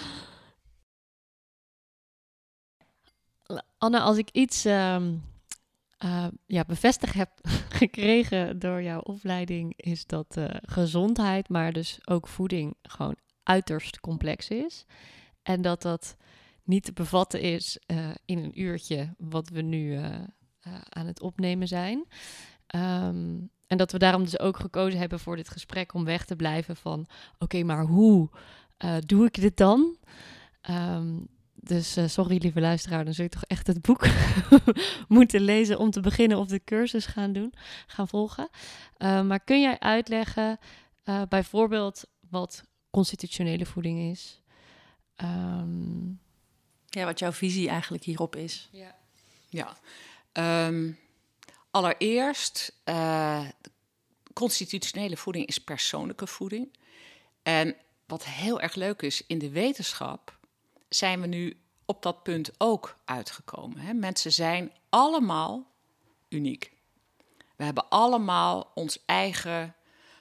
Anne, als ik iets bevestigd heb gekregen door jouw opleiding, is dat gezondheid, maar dus ook voeding, gewoon uiterst complex is. En dat niet te bevatten is in een uurtje wat we nu aan het opnemen zijn. En dat we daarom dus ook gekozen hebben voor dit gesprek om weg te blijven van, oké, maar hoe doe ik dit dan? Dus sorry, lieve luisteraar, dan zul je toch echt het boek moeten lezen om te beginnen of de cursus gaan volgen. Maar kun jij uitleggen bijvoorbeeld wat constitutionele voeding is? Ja, wat jouw visie eigenlijk hierop is. Ja. Allereerst, constitutionele voeding is persoonlijke voeding. En wat heel erg leuk is, in de wetenschap zijn we nu op dat punt ook uitgekomen. Hè? Mensen zijn allemaal uniek. We hebben allemaal ons eigen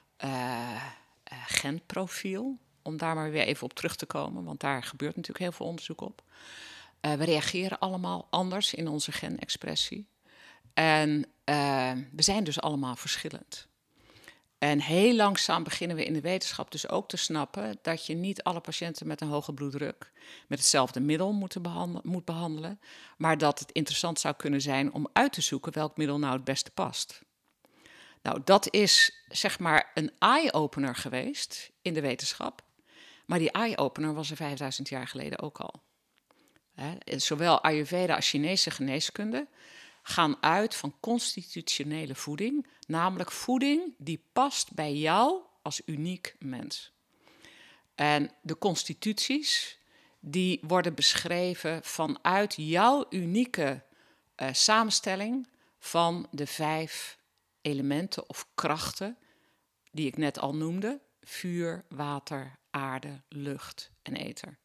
genprofiel, om daar maar weer even op terug te komen, want daar gebeurt natuurlijk heel veel onderzoek op. We reageren allemaal anders in onze genexpressie. En we zijn dus allemaal verschillend. En heel langzaam beginnen we in de wetenschap dus ook te snappen dat je niet alle patiënten met een hoge bloeddruk met hetzelfde middel moet behandelen, maar dat het interessant zou kunnen zijn om uit te zoeken welk middel nou het beste past. Nou, dat is zeg maar een eye-opener geweest in de wetenschap, maar die eye-opener was er 5000 jaar geleden ook al. Zowel Ayurveda als Chinese geneeskunde gaan uit van constitutionele voeding, namelijk voeding die past bij jou als uniek mens. En de constituties die worden beschreven vanuit jouw unieke samenstelling van de 5 elementen of krachten die ik net al noemde: vuur, water, aarde, lucht en ether.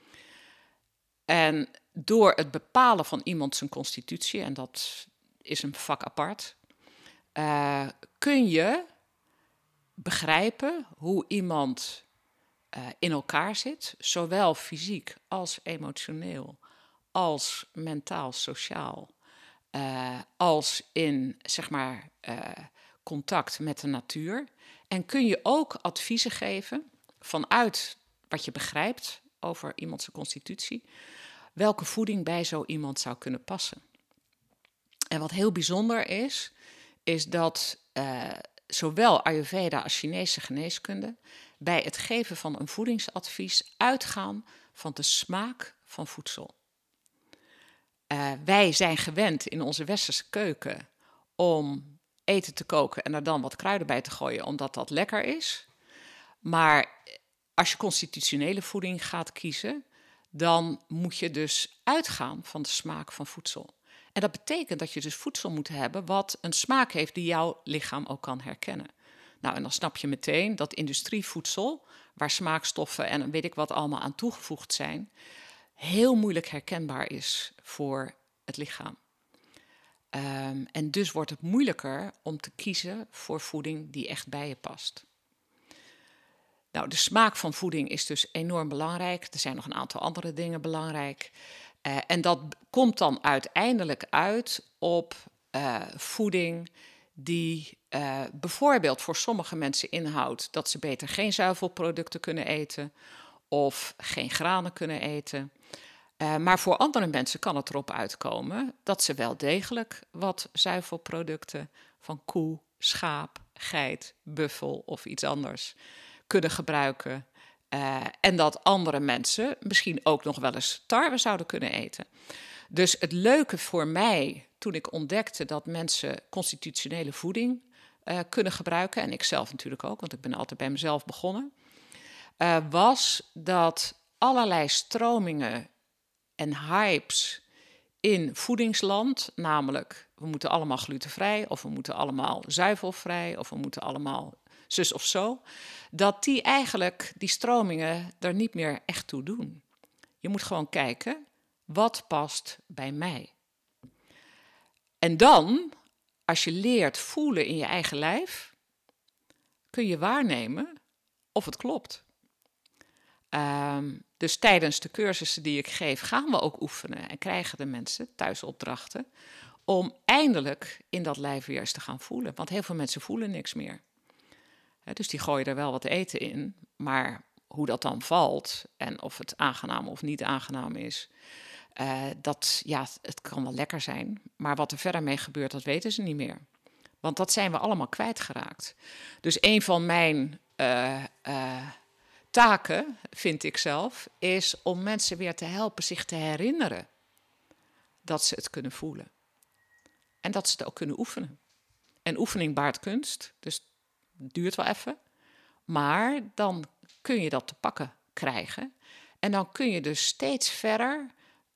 En door het bepalen van iemand zijn constitutie, en dat is een vak apart, kun je begrijpen hoe iemand in elkaar zit, zowel fysiek als emotioneel, als mentaal, sociaal, als in zeg maar contact met de natuur. En kun je ook adviezen geven vanuit wat je begrijpt over iemands constitutie, welke voeding bij zo iemand zou kunnen passen. En wat heel bijzonder is dat zowel Ayurveda als Chinese geneeskunde bij het geven van een voedingsadvies uitgaan van de smaak van voedsel. Wij zijn gewend in onze westerse keuken om eten te koken en er dan wat kruiden bij te gooien, omdat dat lekker is. Maar als je constitutionele voeding gaat kiezen, dan moet je dus uitgaan van de smaak van voedsel. En dat betekent dat je dus voedsel moet hebben wat een smaak heeft die jouw lichaam ook kan herkennen. Nou, en dan snap je meteen dat industrievoedsel, waar smaakstoffen en weet ik wat allemaal aan toegevoegd zijn, heel moeilijk herkenbaar is voor het lichaam. En dus wordt het moeilijker om te kiezen voor voeding die echt bij je past. Nou, de smaak van voeding is dus enorm belangrijk. Er zijn nog een aantal andere dingen belangrijk. En dat komt dan uiteindelijk uit op voeding die bijvoorbeeld voor sommige mensen inhoudt dat ze beter geen zuivelproducten kunnen eten of geen granen kunnen eten. Maar voor andere mensen kan het erop uitkomen dat ze wel degelijk wat zuivelproducten van koe, schaap, geit, buffel of iets anders kunnen gebruiken. En dat andere mensen misschien ook nog wel eens tarwe zouden kunnen eten. Dus het leuke voor mij, toen ik ontdekte dat mensen constitutionele voeding kunnen gebruiken, en ik zelf natuurlijk ook, want ik ben altijd bij mezelf begonnen, was dat allerlei stromingen en hypes in voedingsland, namelijk we moeten allemaal glutenvrij, of we moeten allemaal zuivelvrij, of we moeten allemaal zus of zo, dat die stromingen er niet meer echt toe doen. Je moet gewoon kijken, wat past bij mij? En dan, als je leert voelen in je eigen lijf, kun je waarnemen of het klopt. Dus tijdens de cursussen die ik geef, gaan we ook oefenen en krijgen de mensen thuisopdrachten om eindelijk in dat lijf weer eens te gaan voelen. Want heel veel mensen voelen niks meer. Dus die gooien er wel wat eten in, maar hoe dat dan valt en of het aangenaam of niet aangenaam is, het kan wel lekker zijn, maar wat er verder mee gebeurt, dat weten ze niet meer. Want dat zijn we allemaal kwijtgeraakt. Dus een van mijn taken, vind ik zelf, is om mensen weer te helpen zich te herinneren dat ze het kunnen voelen. En dat ze het ook kunnen oefenen. En oefening baart kunst, dus het duurt wel even. Maar dan kun je dat te pakken krijgen. En dan kun je dus steeds verder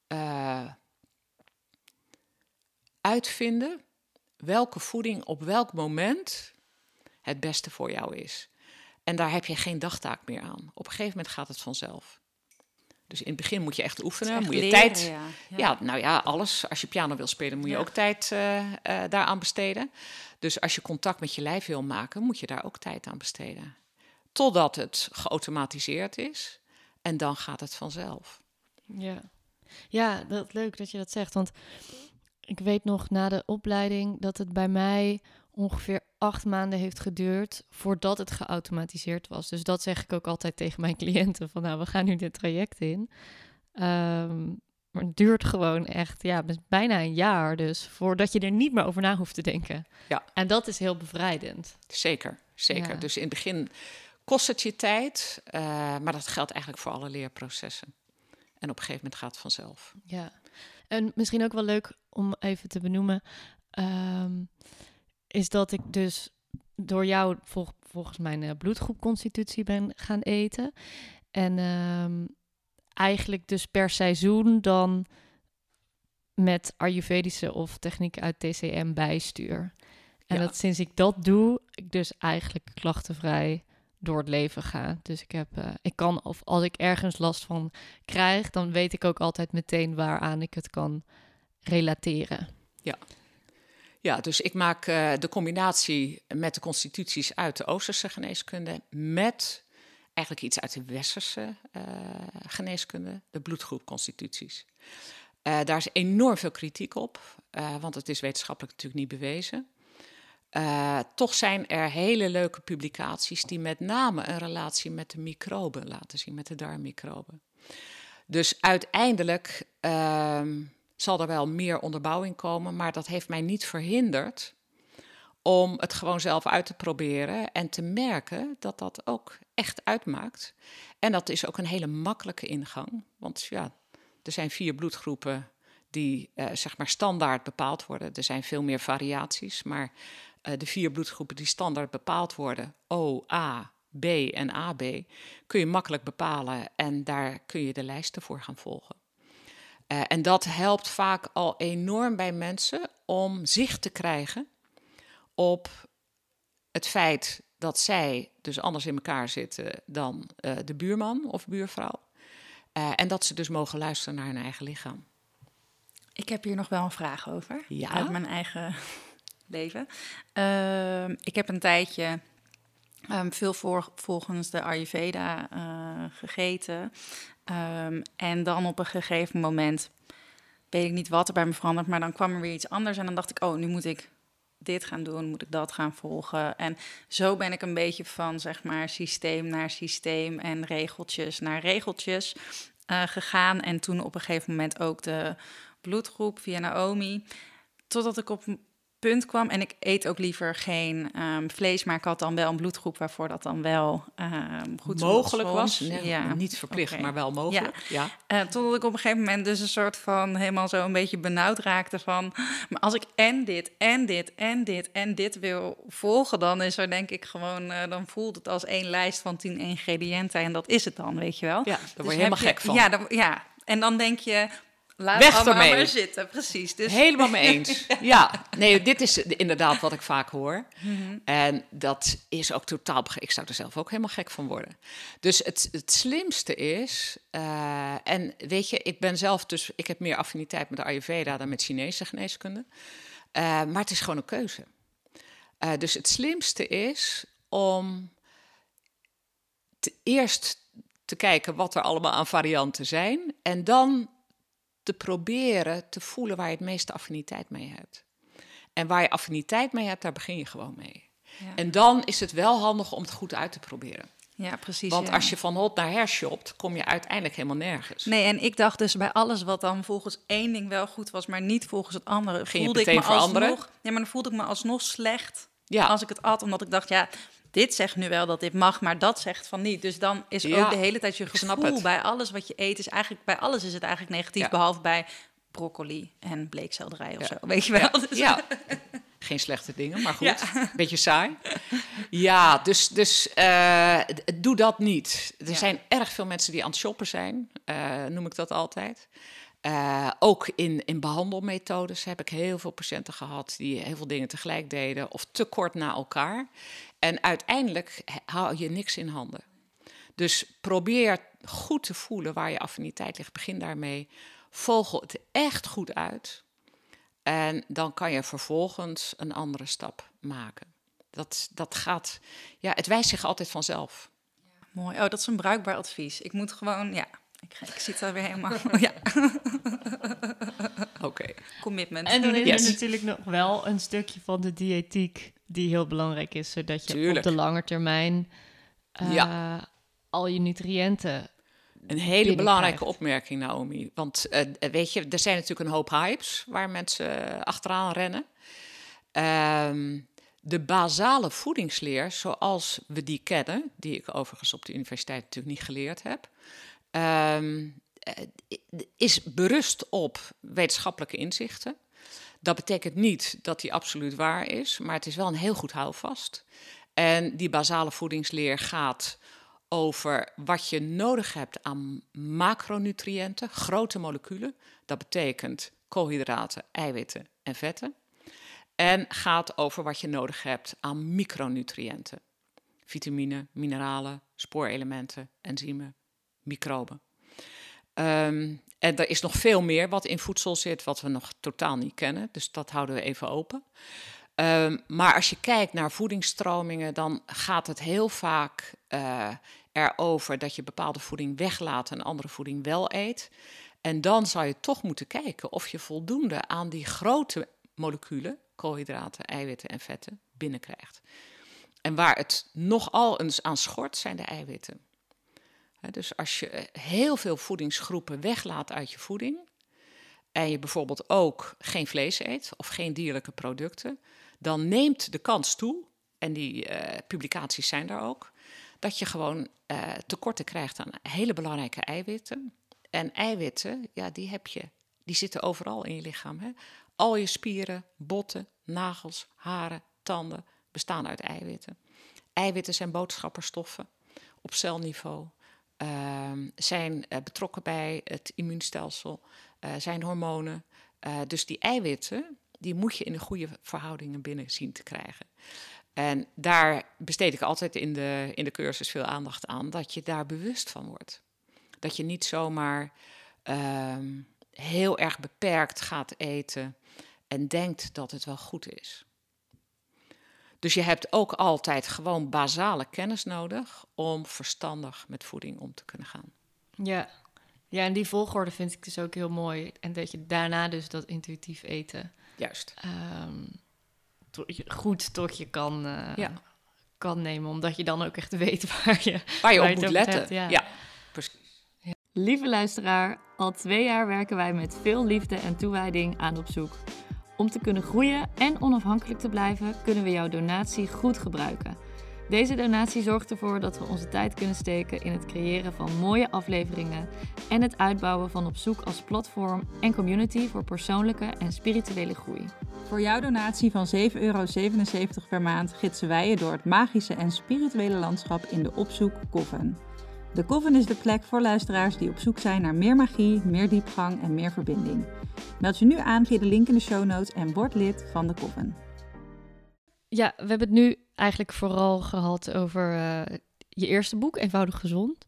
uitvinden welke voeding op welk moment het beste voor jou is. En daar heb je geen dagtaak meer aan. Op een gegeven moment gaat het vanzelf. Dus in het begin moet je echt oefenen. Echt moet je leren, tijd. ja. Alles. Als je piano wil spelen, moet je ook tijd daaraan besteden. Dus als je contact met je lijf wil maken, moet je daar ook tijd aan besteden. Totdat het geautomatiseerd is. En dan gaat het vanzelf. Ja, dat leuk dat je dat zegt. Want ik weet nog na de opleiding dat het bij mij ongeveer 8 maanden heeft geduurd voordat het geautomatiseerd was. Dus dat zeg ik ook altijd tegen mijn cliënten van nou, we gaan nu dit traject in. Maar het duurt gewoon echt, bijna een jaar dus, voordat je er niet meer over na hoeft te denken. Ja. En dat is heel bevrijdend. Zeker. Ja. Dus in het begin kost het je tijd, maar dat geldt eigenlijk voor alle leerprocessen. En op een gegeven moment gaat het vanzelf. Ja. En misschien ook wel leuk om even te benoemen, is dat ik dus door jou volgens mijn bloedgroepconstitutie ben gaan eten. En eigenlijk dus per seizoen dan met Ayurvedische of technieken uit TCM bijstuur. En dat sinds ik dat doe, ik dus eigenlijk klachtenvrij door het leven ga. Dus ik kan, of als ik ergens last van krijg, dan weet ik ook altijd meteen waaraan ik het kan relateren. Ja, dus ik maak de combinatie met de constituties uit de Oosterse geneeskunde met eigenlijk iets uit de Westerse geneeskunde, de bloedgroepconstituties. Daar is enorm veel kritiek op, want het is wetenschappelijk natuurlijk niet bewezen. Toch zijn er hele leuke publicaties die met name een relatie met de microben laten zien, met de darmmicroben. Dus uiteindelijk zal er wel meer onderbouwing komen, maar dat heeft mij niet verhinderd om het gewoon zelf uit te proberen en te merken dat dat ook echt uitmaakt. En dat is ook een hele makkelijke ingang, want ja, er zijn 4 bloedgroepen die zeg maar standaard bepaald worden. Er zijn veel meer variaties, maar de 4 bloedgroepen die standaard bepaald worden, O, A, B en AB, kun je makkelijk bepalen en daar kun je de lijsten voor gaan volgen. En dat helpt vaak al enorm bij mensen om zicht te krijgen op het feit dat zij dus anders in elkaar zitten dan de buurman of buurvrouw. En dat ze dus mogen luisteren naar hun eigen lichaam. Ik heb hier nog wel een vraag over, Ja? uit mijn eigen leven. Ik heb een tijdje veel volgens de Ayurveda gegeten. En dan op een gegeven moment, weet ik niet wat er bij me verandert, maar dan kwam er weer iets anders. En dan dacht ik, oh, nu moet ik dit gaan doen, moet ik dat gaan volgen. En zo ben ik een beetje van, zeg maar, systeem naar systeem en regeltjes naar regeltjes gegaan. En toen op een gegeven moment ook de bloedgroep via Naomi. Totdat ik op een punt kwam, en ik eet ook liever geen vlees, maar ik had dan wel een bloedgroep waarvoor dat dan wel goed mogelijk was. Nee, ja. Niet verplicht, maar wel mogelijk. Ja. Totdat ik op een gegeven moment dus een soort van helemaal zo een beetje benauwd raakte van, maar als ik en dit en dit en dit en dit wil volgen, dan is er denk ik gewoon, dan voelt het als 1 lijst van 10 ingrediënten en dat is het dan, weet je wel. Ja, daar word je helemaal gek van. Ja, en dan denk je, laat weg allemaal ermee. maar zitten, precies. Dus Helemaal mee eens. Ja, nee, dit is inderdaad wat ik vaak hoor. En dat is ook totaal... Ik zou er zelf ook helemaal gek van worden. Dus het slimste is... en weet je, ik ben zelf dus... Ik heb meer affiniteit met de Ayurveda dan met Chinese geneeskunde. Maar het is gewoon een keuze. Dus het slimste is om eerst te kijken wat er allemaal aan varianten zijn. En dan te proberen te voelen waar je het meeste affiniteit mee hebt. En waar je affiniteit mee hebt, daar begin je gewoon mee. Ja. En dan is het wel handig om het goed uit te proberen. Ja, precies. Want als je van hot naar her shopt, kom je uiteindelijk helemaal nergens. Nee, en ik dacht dus bij alles wat dan volgens één ding wel goed was, maar niet volgens het andere, ging voelde je meteen ik me veranderen? alsnog, ja, maar dan voelde ik me alsnog slecht Ja. als ik het at, omdat ik dacht, ja, dit zegt nu wel dat dit mag, maar dat zegt van niet. Dus dan is ook de hele tijd je gevoel bij alles wat je eet, is eigenlijk bij alles is het eigenlijk negatief, behalve bij broccoli en bleekselderij of zo, weet je wel. Ja. Dus Ja. Geen slechte dingen, maar goed. Beetje saai. Ja, dus doe dat niet. Er zijn erg veel mensen die aan het shoppen zijn, noem ik dat altijd. Ook in behandelmethodes heb ik heel veel patiënten gehad die heel veel dingen tegelijk deden of te kort na elkaar. En uiteindelijk hou je niks in handen. Dus probeer goed te voelen waar je affiniteit ligt. Begin daarmee. Vogel het echt goed uit. En dan kan je vervolgens een andere stap maken. Dat gaat, ja, het wijst zich altijd vanzelf. mooi. Oh, dat is een bruikbaar advies. Ik moet gewoon, Ik zit alweer helemaal... Ja. Oké. Commitment. En dan is Yes. er natuurlijk nog wel een stukje van de diëtiek die heel belangrijk is, zodat je Tuurlijk. op de lange termijn al je nutriënten... Een hele belangrijke binnenkrijgt. opmerking, Naomi. Want weet je, er zijn natuurlijk een hoop hypes waar mensen achteraan rennen. De basale voedingsleer, zoals we die kennen, die ik overigens op de universiteit natuurlijk niet geleerd heb, is berust op wetenschappelijke inzichten. Dat betekent niet dat die absoluut waar is, maar het is wel een heel goed houvast. En die basale voedingsleer gaat over wat je nodig hebt aan macronutriënten, grote moleculen. Dat betekent koolhydraten, eiwitten en vetten. En gaat over wat je nodig hebt aan micronutriënten. Vitamine, mineralen, spoorelementen, enzymen, microben. En er is nog veel meer wat in voedsel zit, wat we nog totaal niet kennen. Dus dat houden we even open. Maar als je kijkt naar voedingsstromingen, dan gaat het heel vaak erover dat je bepaalde voeding weglaat en andere voeding wel eet. En dan zou je toch moeten kijken of je voldoende aan die grote moleculen, koolhydraten, eiwitten en vetten, binnenkrijgt. En waar het nogal eens aan schort, zijn de eiwitten. Dus als je heel veel voedingsgroepen weglaat uit je voeding en je bijvoorbeeld ook geen vlees eet of geen dierlijke producten, dan neemt de kans toe, en die publicaties zijn er ook, dat je gewoon tekorten krijgt aan hele belangrijke eiwitten. En eiwitten, ja, die zitten overal in je lichaam. Hè? Al je spieren, botten, nagels, haren, tanden bestaan uit eiwitten. Eiwitten zijn boodschapperstoffen op celniveau. Zijn betrokken bij het immuunstelsel, zijn hormonen. Dus die eiwitten, die moet je in de goede verhoudingen binnen zien te krijgen. En daar besteed ik altijd in de cursus veel aandacht aan, dat je daar bewust van wordt. Dat je niet zomaar heel erg beperkt gaat eten en denkt dat het wel goed is. Dus je hebt ook altijd gewoon basale kennis nodig om verstandig met voeding om te kunnen gaan. Ja, en die volgorde vind ik dus ook heel mooi. En dat je daarna dus dat intuïtief eten Juist. goed tot je kan nemen. Omdat je dan ook echt weet waar je op het moet over letten. hebt, Ja, precies. Lieve luisteraar, al 2 jaar werken wij met veel liefde en toewijding aan Op Zoek. Om te kunnen groeien en onafhankelijk te blijven, kunnen we jouw donatie goed gebruiken. Deze donatie zorgt ervoor dat we onze tijd kunnen steken in het creëren van mooie afleveringen en het uitbouwen van Op Zoek als platform en community voor persoonlijke en spirituele groei. Voor jouw donatie van €7,77 per maand gidsen wij je door het magische en spirituele landschap in de Opzoek Coven. De Coven is de plek voor luisteraars die op zoek zijn naar meer magie, meer diepgang en meer verbinding. Meld je nu aan via de link in de show notes en word lid van de Coven. Ja, we hebben het nu eigenlijk vooral gehad over je eerste boek, Eenvoudig Gezond.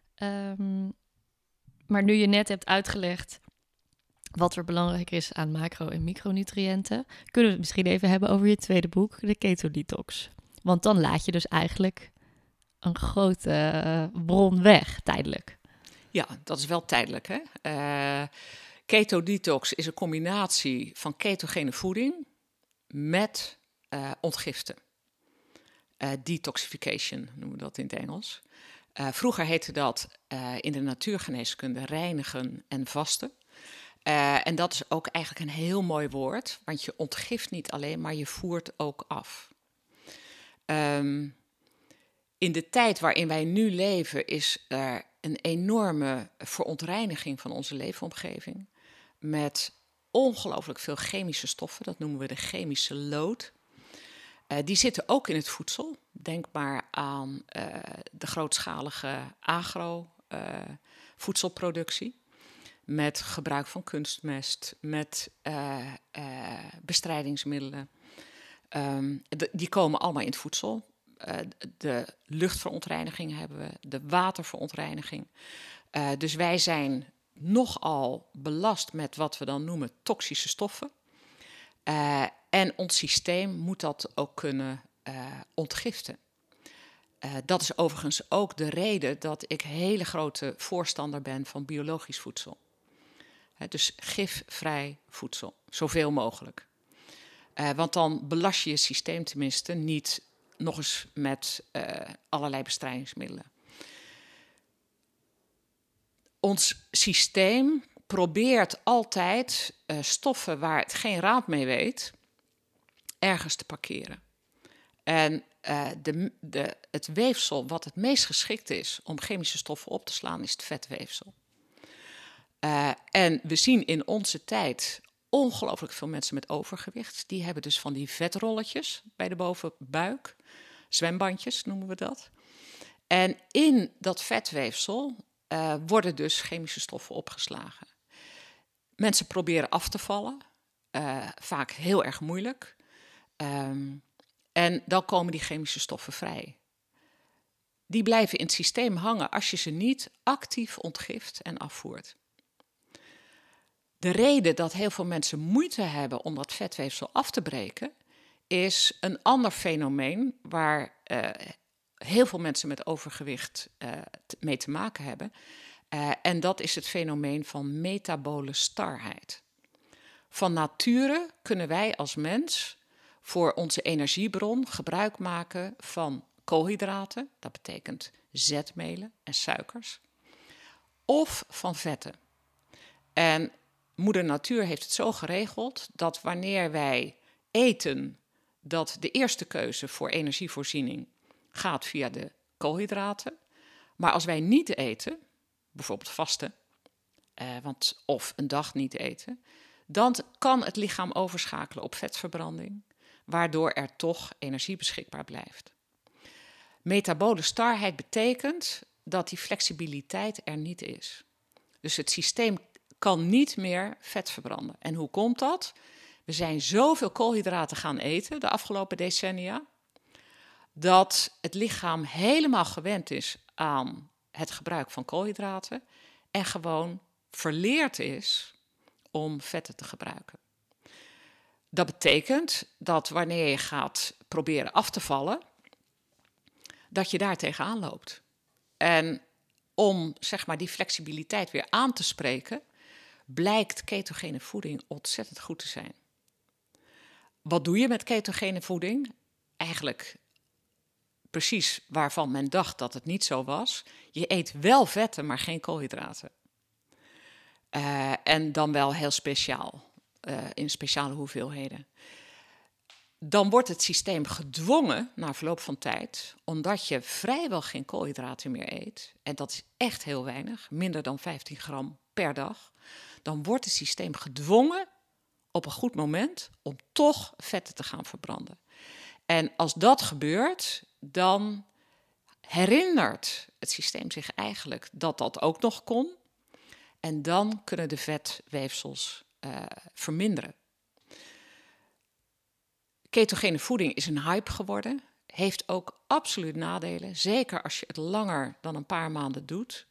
Maar nu je net hebt uitgelegd wat er belangrijk is aan macro- en micronutriënten, kunnen we het misschien even hebben over je tweede boek, de Keto Detox. Want dan laat je dus eigenlijk een grote bron weg, tijdelijk. Ja, dat is wel tijdelijk. Hè? Keto Detox is een combinatie van ketogene voeding met ontgiften. Detoxification noemen we dat in het Engels. Vroeger heette dat in de natuurgeneeskunde reinigen en vasten. En dat is ook eigenlijk een heel mooi woord, want je ontgift niet alleen, maar je voert ook af. In de tijd waarin wij nu leven is er een enorme verontreiniging van onze leefomgeving. Met ongelooflijk veel chemische stoffen, dat noemen we de chemische lood. Die zitten ook in het voedsel. Denk maar aan de grootschalige agro-voedselproductie. Met gebruik van kunstmest, met bestrijdingsmiddelen. Die komen allemaal in het voedsel. De luchtverontreiniging hebben we, de waterverontreiniging. Dus wij zijn nogal belast met wat we dan noemen toxische stoffen. En ons systeem moet dat ook kunnen ontgiften. Dat is overigens ook de reden dat ik hele grote voorstander ben van biologisch voedsel. Dus gifvrij voedsel, zoveel mogelijk. Want dan belast je je systeem tenminste niet nog eens met allerlei bestrijdingsmiddelen. Ons systeem probeert altijd stoffen waar het geen raad mee weet, ergens te parkeren. En het weefsel wat het meest geschikt is om chemische stoffen op te slaan, is het vetweefsel. En we zien in onze tijd ongelooflijk veel mensen met overgewicht. Die hebben dus van die vetrolletjes bij de bovenbuik. Zwembandjes noemen we dat. En in dat vetweefsel worden dus chemische stoffen opgeslagen. Mensen proberen af te vallen. Vaak heel erg moeilijk. En dan komen die chemische stoffen vrij. Die blijven in het systeem hangen als je ze niet actief ontgift en afvoert. De reden dat heel veel mensen moeite hebben om dat vetweefsel af te breken, is een ander fenomeen waar heel veel mensen met overgewicht mee te maken hebben. En dat is het fenomeen van metabole starheid. Van nature kunnen wij als mens voor onze energiebron gebruik maken van koolhydraten, dat betekent zetmelen en suikers, of van vetten. En moeder natuur heeft het zo geregeld dat wanneer wij eten, dat de eerste keuze voor energievoorziening gaat via de koolhydraten. Maar als wij niet eten, bijvoorbeeld vasten, of een dag niet eten, dan kan het lichaam overschakelen op vetverbranding, waardoor er toch energie beschikbaar blijft. Metabole starheid betekent dat die flexibiliteit er niet is. Dus het systeem kan niet meer vet verbranden. En hoe komt dat? We zijn zoveel koolhydraten gaan eten de afgelopen decennia, dat het lichaam helemaal gewend is aan het gebruik van koolhydraten en gewoon verleerd is om vetten te gebruiken. Dat betekent dat wanneer je gaat proberen af te vallen, dat je daar tegenaan loopt. En om zeg maar die flexibiliteit weer aan te spreken, blijkt ketogene voeding ontzettend goed te zijn. Wat doe je met ketogene voeding? Eigenlijk precies waarvan men dacht dat het niet zo was. Je eet wel vetten, maar geen koolhydraten. En dan wel heel speciaal, in speciale hoeveelheden. Dan wordt het systeem gedwongen na verloop van tijd, omdat je vrijwel geen koolhydraten meer eet, en dat is echt heel weinig, minder dan 15 gram per dag, dan wordt het systeem gedwongen op een goed moment om toch vetten te gaan verbranden. En als dat gebeurt, dan herinnert het systeem zich eigenlijk dat dat ook nog kon. En dan kunnen de vetweefsels verminderen. Ketogene voeding is een hype geworden. Heeft ook absoluut nadelen. Zeker als je het langer dan een paar maanden doet.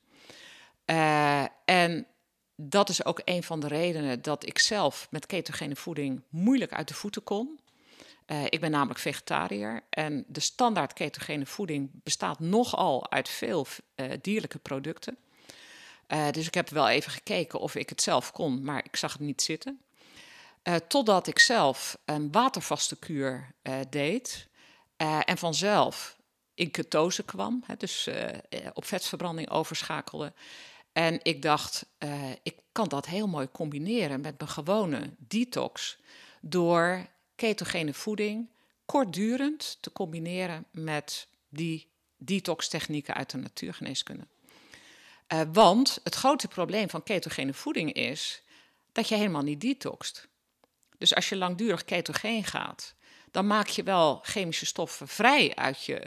En dat is ook een van de redenen dat ik zelf met ketogene voeding moeilijk uit de voeten kon. Ik ben namelijk vegetariër en de standaard ketogene voeding bestaat nogal uit veel dierlijke producten. Dus ik heb wel even gekeken of ik het zelf kon, maar ik zag het niet zitten. Totdat ik zelf een watervaste kuur deed en vanzelf in ketose kwam, dus op vetverbranding overschakelde. En ik dacht, ik kan dat heel mooi combineren met mijn gewone detox door ketogene voeding kortdurend te combineren met die detox-technieken uit de natuurgeneeskunde. Want het grote probleem van ketogene voeding is dat je helemaal niet detoxt. Dus als je langdurig ketogeen gaat, dan maak je wel chemische stoffen vrij uit je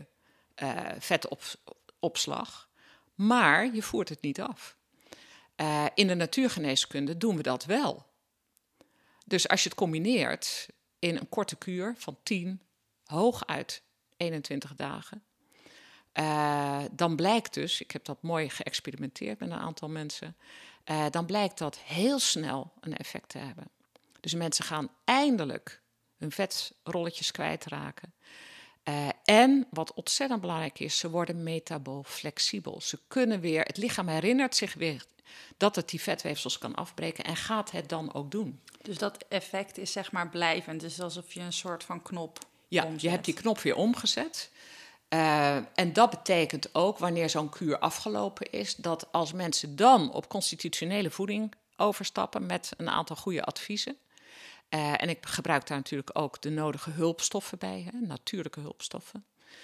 vetopslag, maar je voert het niet af. In de natuurgeneeskunde doen we dat wel. Dus als je het combineert in een korte kuur van 10, hooguit 21 dagen, dan blijkt dus, ik heb dat mooi geëxperimenteerd met een aantal mensen, dan blijkt dat heel snel een effect te hebben. Dus mensen gaan eindelijk hun vetrolletjes kwijtraken. En wat ontzettend belangrijk is, ze worden metabool flexibel. Ze kunnen weer, het lichaam herinnert zich weer dat het die vetweefsels kan afbreken en gaat het dan ook doen. Dus dat effect is zeg maar blijvend. Het is alsof je een soort van knop omzet. Je hebt die knop weer omgezet. En dat betekent ook, wanneer zo'n kuur afgelopen is, dat als mensen dan op constitutionele voeding overstappen met een aantal goede adviezen. En ik gebruik daar natuurlijk ook de nodige hulpstoffen bij, hè, natuurlijke hulpstoffen.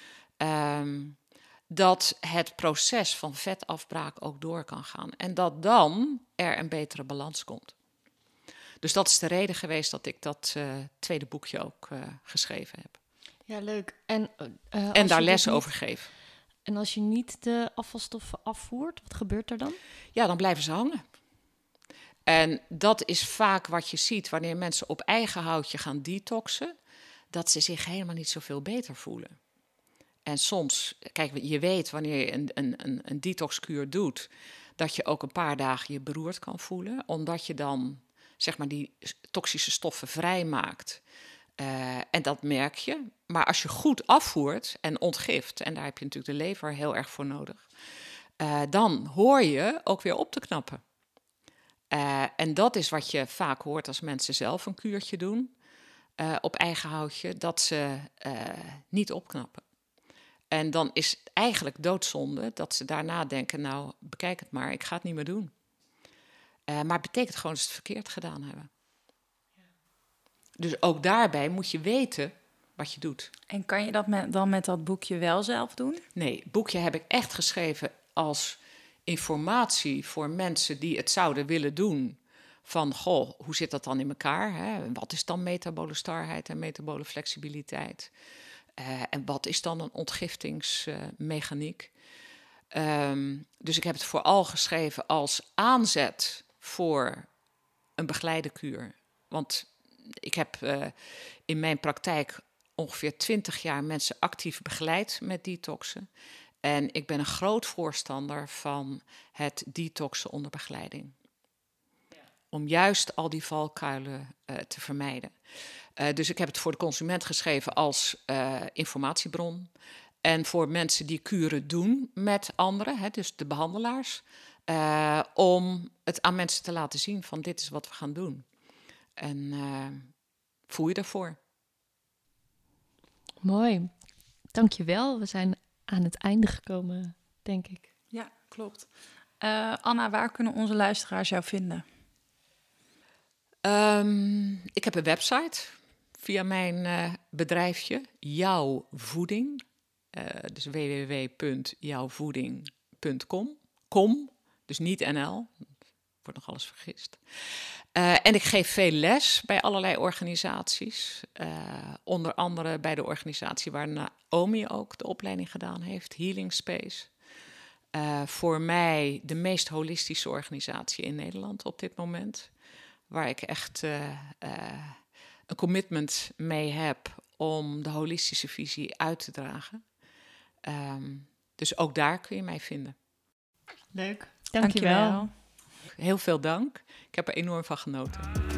Dat het proces van vetafbraak ook door kan gaan. En dat dan er een betere balans komt. Dus dat is de reden geweest dat ik dat tweede boekje ook geschreven heb. Ja, leuk. En daar les over geef. En als je niet de afvalstoffen afvoert, wat gebeurt er dan? Ja, dan blijven ze hangen. En dat is vaak wat je ziet wanneer mensen op eigen houtje gaan detoxen, dat ze zich helemaal niet zoveel beter voelen. En soms, kijk, je weet wanneer je een detoxkuur doet, dat je ook een paar dagen je beroerd kan voelen, omdat je dan, zeg maar, die toxische stoffen vrijmaakt. En dat merk je. Maar als je goed afvoert en ontgift, en daar heb je natuurlijk de lever heel erg voor nodig, dan hoor je ook weer op te knappen. En dat is wat je vaak hoort als mensen zelf een kuurtje doen op eigen houtje, dat ze niet opknappen. En dan is het eigenlijk doodzonde dat ze daarna denken, nou, bekijk het maar, ik ga het niet meer doen. Maar het betekent gewoon dat ze het verkeerd gedaan hebben. Dus ook daarbij moet je weten wat je doet. En kan je dat dan met dat boekje wel zelf doen? Nee, het boekje heb ik echt geschreven als informatie voor mensen die het zouden willen doen. Van, goh, hoe zit dat dan in elkaar? Hè? Wat is dan metabole starheid en metabole flexibiliteit? En wat is dan een ontgiftingsmechaniek? Dus ik heb het vooral geschreven als aanzet voor een begeleide kuur. Want ik heb in mijn praktijk ongeveer 20 jaar mensen actief begeleid met detoxen. En ik ben een groot voorstander van het detoxen onder begeleiding. Om juist al die valkuilen te vermijden. Dus ik heb het voor de consument geschreven als informatiebron. En voor mensen die kuren doen met anderen, hè, dus de behandelaars. Om het aan mensen te laten zien van dit is wat we gaan doen. En voel je daarvoor. Mooi. Dankjewel. We zijn aan het einde gekomen, denk ik. Ja, klopt. Anna, waar kunnen onze luisteraars jou vinden? Ik heb een website via mijn bedrijfje, Jouw Voeding. Dus www.jouwvoeding.com. Dus niet NL. Wordt nog alles vergist. En ik geef veel les bij allerlei organisaties. Onder andere bij de organisatie waar Naomi ook de opleiding gedaan heeft, Healing Space. Voor mij de meest holistische organisatie in Nederland op dit moment. Waar ik echt een commitment mee heb om de holistische visie uit te dragen. Dus ook daar kun je mij vinden. Leuk. Dankjewel. Heel veel dank. Ik heb er enorm van genoten.